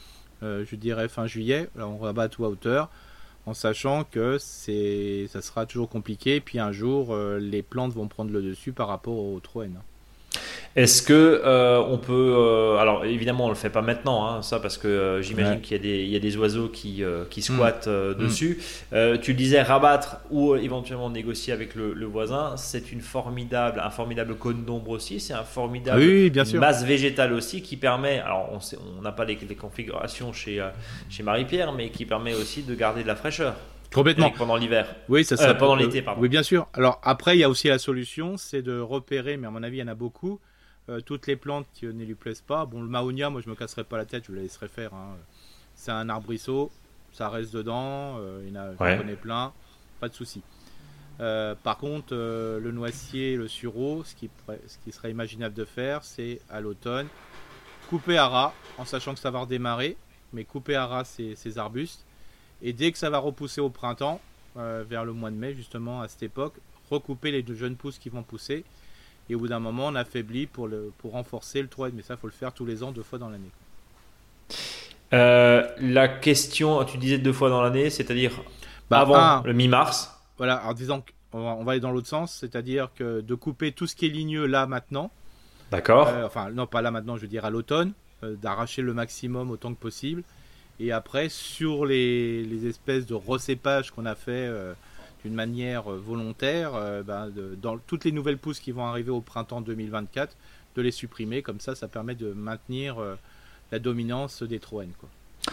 je dirais fin juillet, là on rabat tout à hauteur, en sachant que ça sera toujours compliqué, et puis un jour les plantes vont prendre le dessus par rapport aux troènes. Est-ce que on peut alors évidemment on le fait pas maintenant ça parce que j'imagine qu'il y a des oiseaux qui squattent dessus. Tu disais rabattre ou éventuellement négocier avec le voisin, c'est un formidable cône d'ombre aussi, c'est un formidable masse végétale aussi qui permet, alors on n'a pas les configurations chez Marie-Pierre, mais qui permet aussi de garder de la fraîcheur. Complètement. Pendant l'hiver. Oui, ça pendant l'été, pardon. Oui, bien sûr. Alors après, il y a aussi la solution, c'est de repérer, mais à mon avis, il y en a beaucoup, toutes les plantes qui ne lui plaisent pas. Bon, le mahonia, moi, je me casserai pas la tête, je le laisserai faire. C'est un arbrisseau, ça reste dedans, j'en connais plein, pas de souci. Par contre, le noisier, le sureau, ce qui serait imaginable de faire, c'est à l'automne, couper à ras, en sachant que ça va redémarrer, mais couper à ras ces arbustes. Et dès que ça va repousser au printemps, vers le mois de mai justement, à cette époque, recouper les deux jeunes pousses qui vont pousser. Et au bout d'un moment, on affaiblit pour renforcer le troène. Mais ça, il faut le faire tous les ans, 2 fois dans l'année. La question, tu disais 2 fois dans l'année, c'est-à-dire avant le mi-mars. Voilà, en disant qu'on va aller dans l'autre sens, c'est-à-dire que de couper tout ce qui est ligneux là maintenant. D'accord. Enfin, non, pas là maintenant, je veux dire à l'automne, d'arracher le maximum autant que possible. Et après, sur les espèces de recépage qu'on a fait d'une manière volontaire, dans toutes les nouvelles pousses qui vont arriver au printemps 2024, de les supprimer. Comme ça permet de maintenir la dominance des troènes, quoi.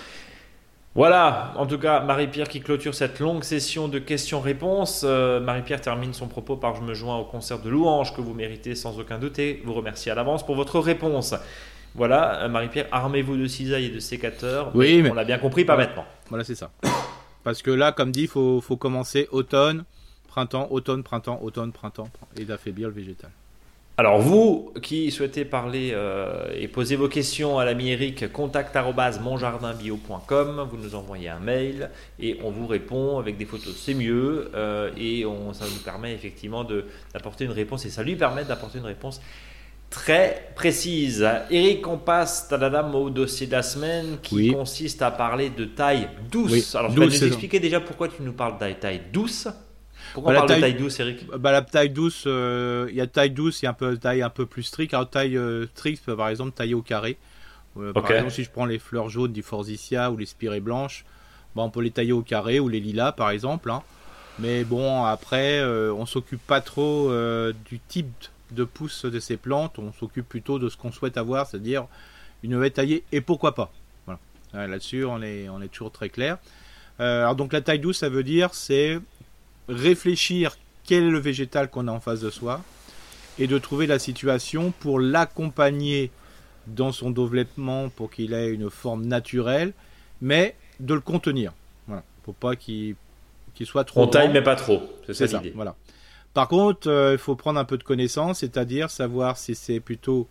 Voilà, en tout cas, Marie-Pierre qui clôture cette longue session de questions-réponses. Marie-Pierre termine son propos par « Je me joins au concert de louanges que vous méritez sans aucun doute et vous remercie à l'avance pour votre réponse ». Voilà, Marie-Pierre, armez-vous de cisailles et de sécateurs. Oui, mais on l'a bien compris, pas maintenant. Voilà, c'est ça. Parce que là, comme dit, il faut commencer automne, printemps, et d'affaiblir le végétal. Alors vous qui souhaitez parler et poser vos questions à l'ami Eric, contact@monjardinbio.com, vous nous envoyez un mail et on vous répond avec des photos, c'est mieux, et ça nous permet effectivement d'apporter une réponse, et ça lui permet d'apporter une réponse très précise. Eric, on passe au dossier de la semaine qui consiste à parler de taille douce. Oui, alors tu vas nous expliquer déjà pourquoi tu nous parles de taille douce. Pourquoi on parle de taille douce, Eric? La taille douce, il y a taille douce, il y a taille un peu plus stricte. Alors taille stricte, par exemple, tailler au carré. Par exemple, si je prends les fleurs jaunes du forsythia ou les spirées blanches, on peut les tailler au carré, ou les lilas par exemple. Mais bon, après, on s'occupe pas trop du type de pousse de ces plantes, on s'occupe plutôt de ce qu'on souhaite avoir, c'est-à-dire une haie taillée, et pourquoi pas. Voilà. Là-dessus, on est toujours très clair. Alors donc la taille douce, ça veut dire c'est réfléchir quel est le végétal qu'on a en face de soi et de trouver la situation pour l'accompagner dans son développement pour qu'il ait une forme naturelle, mais de le contenir. Voilà. Pour pas qu'il soit trop. On taille mais pas trop. C'est ça l'idée. Voilà. Par contre, il faut prendre un peu de connaissance, c'est-à-dire savoir si c'est plutôt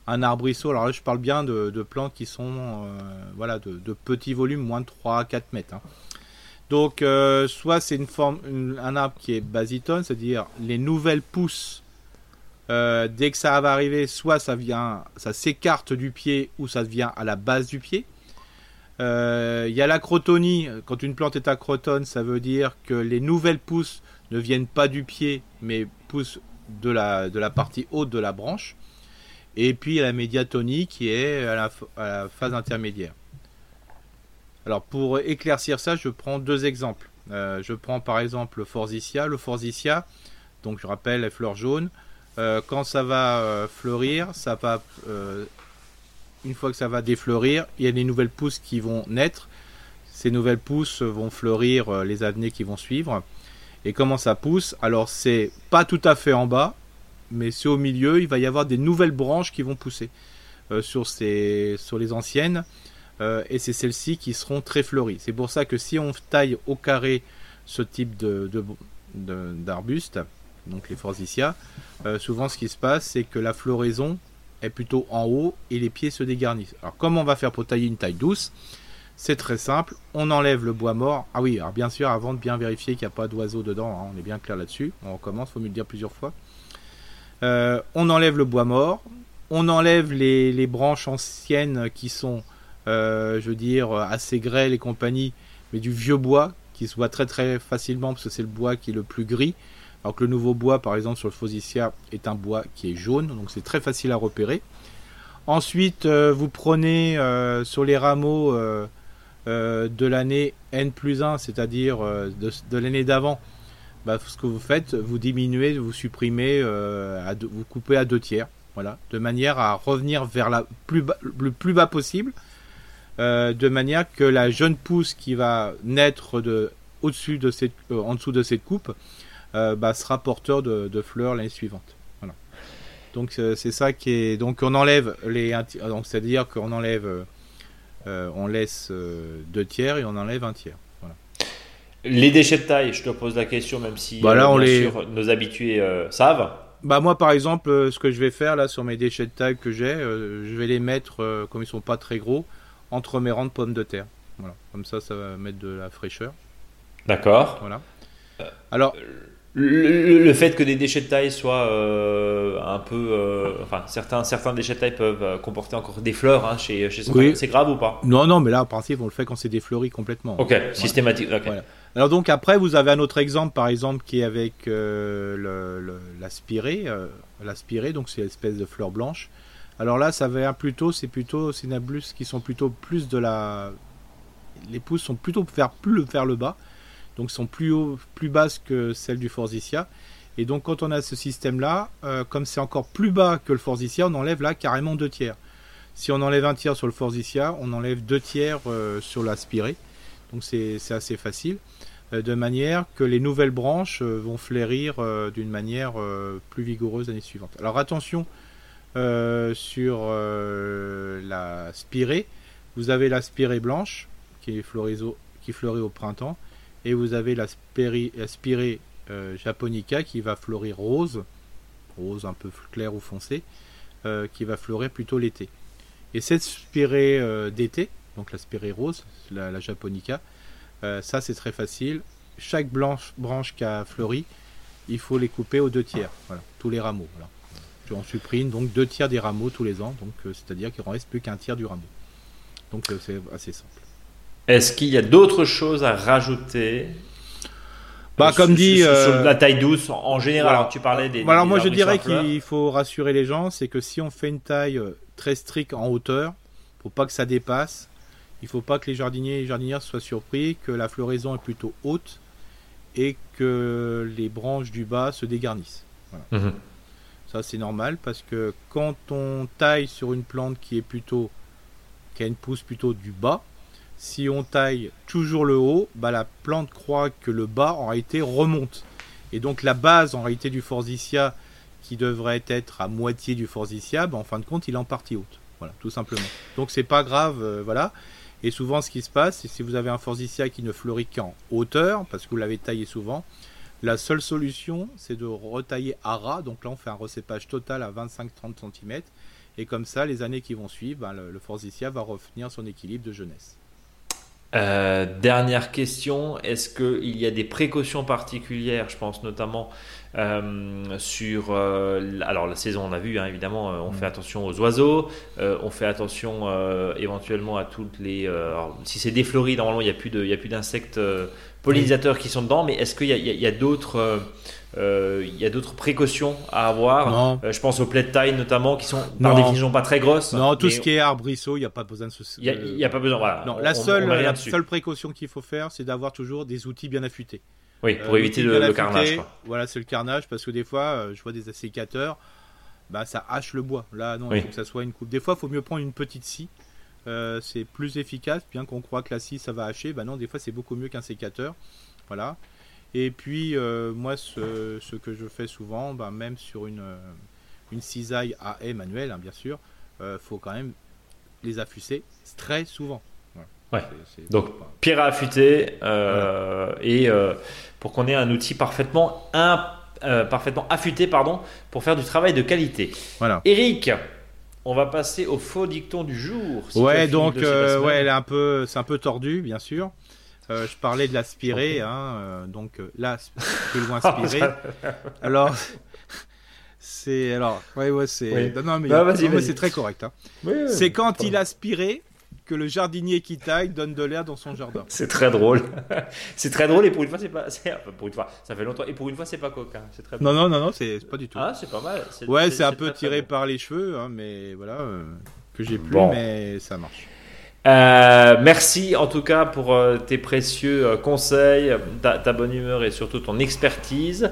un arbrisseau, alors là je parle bien de plantes qui sont de petits volumes, moins de 3 à 4 mètres. Hein. Donc soit c'est un arbre qui est basitone, c'est-à-dire les nouvelles pousses, dès que ça va arriver, soit ça s'écarte du pied ou ça vient à la base du pied. Il y a l'acrotonie. Quand une plante est acrotone, ça veut dire que les nouvelles pousses ne viennent pas du pied, mais poussent de la partie haute de la branche. Et puis il y a la médiatonie qui est à la phase intermédiaire. Alors pour éclaircir ça, je prends 2 exemples. Je prends par exemple le forsythia. Le forsythia, donc je rappelle les fleurs jaunes, quand ça va fleurir, ça va... une fois que ça va défleurir, il y a des nouvelles pousses qui vont naître. Ces nouvelles pousses vont fleurir les années qui vont suivre. Et comment ça pousse? Alors c'est pas tout à fait en bas, mais c'est au milieu. Il va y avoir des nouvelles branches qui vont pousser sur les anciennes. Et c'est celles-ci qui seront très fleuries. C'est pour ça que si on taille au carré ce type d'arbuste, donc les forsythias, souvent ce qui se passe, c'est que la floraison est plutôt en haut et les pieds se dégarnissent. Alors comment on va faire pour tailler une taille douce? C'est très simple, on enlève le bois mort. Ah oui, alors bien sûr, avant de bien vérifier qu'il n'y a pas d'oiseaux dedans, hein, on est bien clair là-dessus. On recommence, il faut me le dire plusieurs fois. On enlève le bois mort, on enlève les branches anciennes qui sont, assez grêles et compagnie, mais du vieux bois qui se voit très très facilement parce que c'est le bois qui est le plus gris. Alors que le nouveau bois, par exemple sur le forsythia, est un bois qui est jaune, donc c'est très facile à repérer. Ensuite, vous prenez sur les rameaux de l'année N+1, c'est-à-dire de l'année d'avant, ce que vous faites, vous diminuez, vous supprimez, vous coupez à 2/3, voilà, de manière à revenir vers le plus bas possible, de manière que la jeune pousse qui va naître en dessous de cette coupe sera porteur de fleurs l'année suivante. Voilà. Donc c'est ça qui est. Donc on enlève donc c'est-à-dire qu'on enlève, on laisse 2/3 et on enlève 1/3. Voilà. Les déchets de taille, je te pose la question, même si sûr, nos habitués savent. Moi par exemple, ce que je vais faire là sur mes déchets de taille que j'ai, je vais les mettre comme ils sont pas très gros entre mes rangs de pommes de terre. Voilà. Comme ça va mettre de la fraîcheur. D'accord. Voilà. Alors. Le fait que des déchets de taille soient un peu... certains déchets de taille peuvent comporter encore des fleurs hein, chez certains. Oui. C'est grave ou pas? Non, mais là, en principe, on le fait quand c'est défleuri complètement. Ok, voilà. Systématique. Okay. Voilà. Alors donc après, vous avez un autre exemple, par exemple, qui est avec l'aspirée. L'aspirée, donc c'est l'espèce de fleur blanche. Alors là, c'est une abluce qui sont plutôt plus de la... Les pousses sont plutôt vers le bas. Donc sont plus basses que celles du forsythia. Et donc quand on a ce système-là, comme c'est encore plus bas que le forsythia, on enlève là carrément 2/3. Si on enlève 1/3 sur le forsythia, on enlève 2/3 sur l'aspirée. Donc c'est assez facile. De manière que les nouvelles branches vont fleurir d'une manière plus vigoureuse l'année suivante. Alors attention sur la spirée. Vous avez la spirée blanche qui fleurit au printemps. Et vous avez la spirée japonica qui va fleurir rose un peu clair ou foncé, qui va fleurir plutôt l'été. Et cette spirée d'été, donc la spirée rose, la japonica, ça c'est très facile. Chaque branche qui a fleuri, il faut les couper aux 2/3, voilà, tous les rameaux. Voilà. On supprime donc 2/3 des rameaux tous les ans, donc c'est-à-dire qu'il ne reste plus qu'1/3 du rameau. Donc c'est assez simple. Est-ce qu'il y a d'autres choses à rajouter comme dit sur la taille douce en général? Voilà. Alors, tu parlais des alors moi je dirais qu'il faut rassurer les gens, c'est que si on fait une taille très stricte en hauteur, faut pas que ça dépasse. Il faut pas que les jardiniers et jardinières soient surpris que la floraison est plutôt haute et que les branches du bas se dégarnissent. Voilà. Ça c'est normal parce que quand on taille sur une plante qui a une pousse plutôt du bas, si on taille toujours le haut, la plante croit que le bas en réalité remonte. Et donc la base en réalité du forsythia qui devrait être à moitié du forsythia, en fin de compte il est en partie haute. Voilà, tout simplement. Donc c'est pas grave, voilà. Et souvent ce qui se passe, c'est si vous avez un forsythia qui ne fleurit qu'en hauteur, parce que vous l'avez taillé souvent, la seule solution c'est de retailler à ras. Donc là on fait un recépage total à 25-30 cm. Et comme ça, les années qui vont suivre, le Forsythia va revenir à son équilibre de jeunesse. Dernière question, est-ce qu'il y a des précautions particulières, je pense notamment sur alors la saison, on a vu évidemment, on fait attention aux oiseaux, on fait attention éventuellement à toutes les alors, si c'est des fleuries, normalement il n'y a plus d'insectes pollinisateurs qui sont dedans, mais est-ce qu'il y a d'autres précautions à avoir? Je pense aux plaies de taille notamment qui sont par définition pas très grosses. Non, tout ce qui est arbrisseau, il n'y a pas besoin de se. Il n'y a pas besoin. Voilà. Non, la seule précaution qu'il faut faire, c'est d'avoir toujours des outils bien affûtés. Oui, pour éviter le carnage. Quoi. Voilà, c'est le carnage parce que des fois, je vois des assécateurs, ça hache le bois. Là, non, il faut que ça soit une coupe. Des fois, il faut mieux prendre une petite scie. C'est plus efficace, bien qu'on croit que la scie ça va hacher. Non, des fois, c'est beaucoup mieux qu'un sécateur. Voilà. Et puis, moi, ce que je fais souvent, même sur une cisaille à haie manuelle, bien sûr, faut quand même les affûter très souvent. Voilà. Ouais. Donc, pierre à affûter et pour qu'on ait un outil parfaitement affûté pour faire du travail de qualité. Voilà. Eric, on va passer au faux dicton du jour. Si donc, elle est c'est un peu tordu, bien sûr. Je parlais de l'aspirer, donc là, plus loin aspirer. Alors, c'est c'est très correct. C'est quand il aspirait que le jardinier qui taille donne de l'air dans son jardin. C'est très drôle. C'est très drôle et pour une fois pour une fois, ça fait longtemps et pour une fois c'est pas coquin. C'est très drôle. Non, c'est pas du tout. Ah, c'est pas mal. C'est un peu tiré par les cheveux, mais voilà, que j'ai plus, mais ça marche. Merci en tout cas pour tes précieux conseils, ta bonne humeur et surtout ton expertise.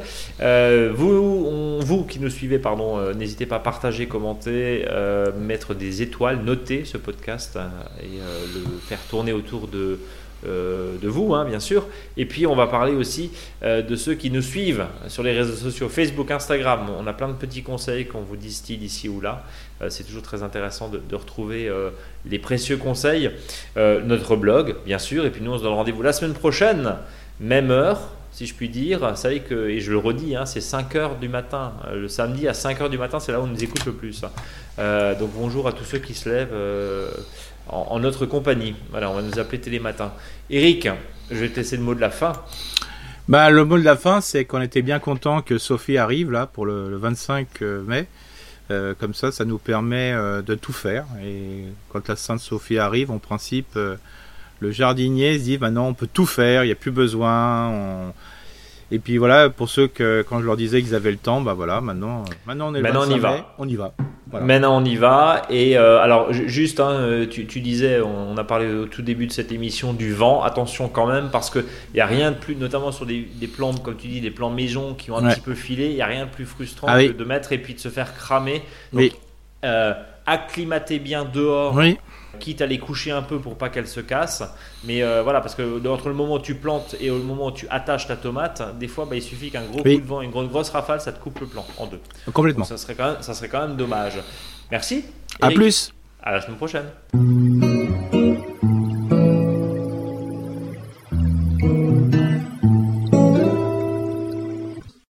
Vous qui nous suivez, n'hésitez pas à partager, commenter, mettre des étoiles, noter ce podcast et le faire tourner autour de vous, bien sûr. Et puis on va parler aussi de ceux qui nous suivent sur les réseaux sociaux, Facebook, Instagram. On a plein de petits conseils qu'on vous distille ici ou là. C'est toujours très intéressant de retrouver les précieux conseils. Notre blog, bien sûr. Et puis nous, on se donne rendez-vous la semaine prochaine, même heure, si je puis dire. Vous savez que, et je le redis, c'est 5h du matin. Le samedi à 5h du matin, c'est là où on nous écoute le plus. Donc bonjour à tous ceux qui se lèvent en notre compagnie. Voilà, on va nous appeler Télématin. Eric, je vais te laisser le mot de la fin. Le mot de la fin, c'est qu'on était bien content que Sophie arrive là pour le 25 mai. Comme ça nous permet de tout faire. Et quand la Sainte Sophie arrive, en principe, le jardinier se dit maintenant on peut tout faire, il n'y a plus besoin. Et puis voilà, pour ceux que quand je leur disais qu'ils avaient le temps, maintenant on est le 25 mai, on y va. Voilà. Maintenant on y va. Et alors juste, tu disais, on a parlé au tout début de cette émission du vent. Attention quand même parce que il y a rien de plus, notamment sur des plants comme tu dis, des plants maison qui ont un petit peu filé. Il y a rien de plus frustrant que de mettre et puis de se faire cramer. Donc acclimatez bien dehors. Oui. Quitte à les coucher un peu pour pas qu'elles se cassent, mais voilà, parce que entre le moment où tu plantes et le moment où tu attaches ta tomate, des fois il suffit qu'un gros coup de vent, une grosse rafale, ça te coupe le plant en deux. Complètement. Donc, ça serait quand même dommage. Merci. À plus. À la semaine prochaine.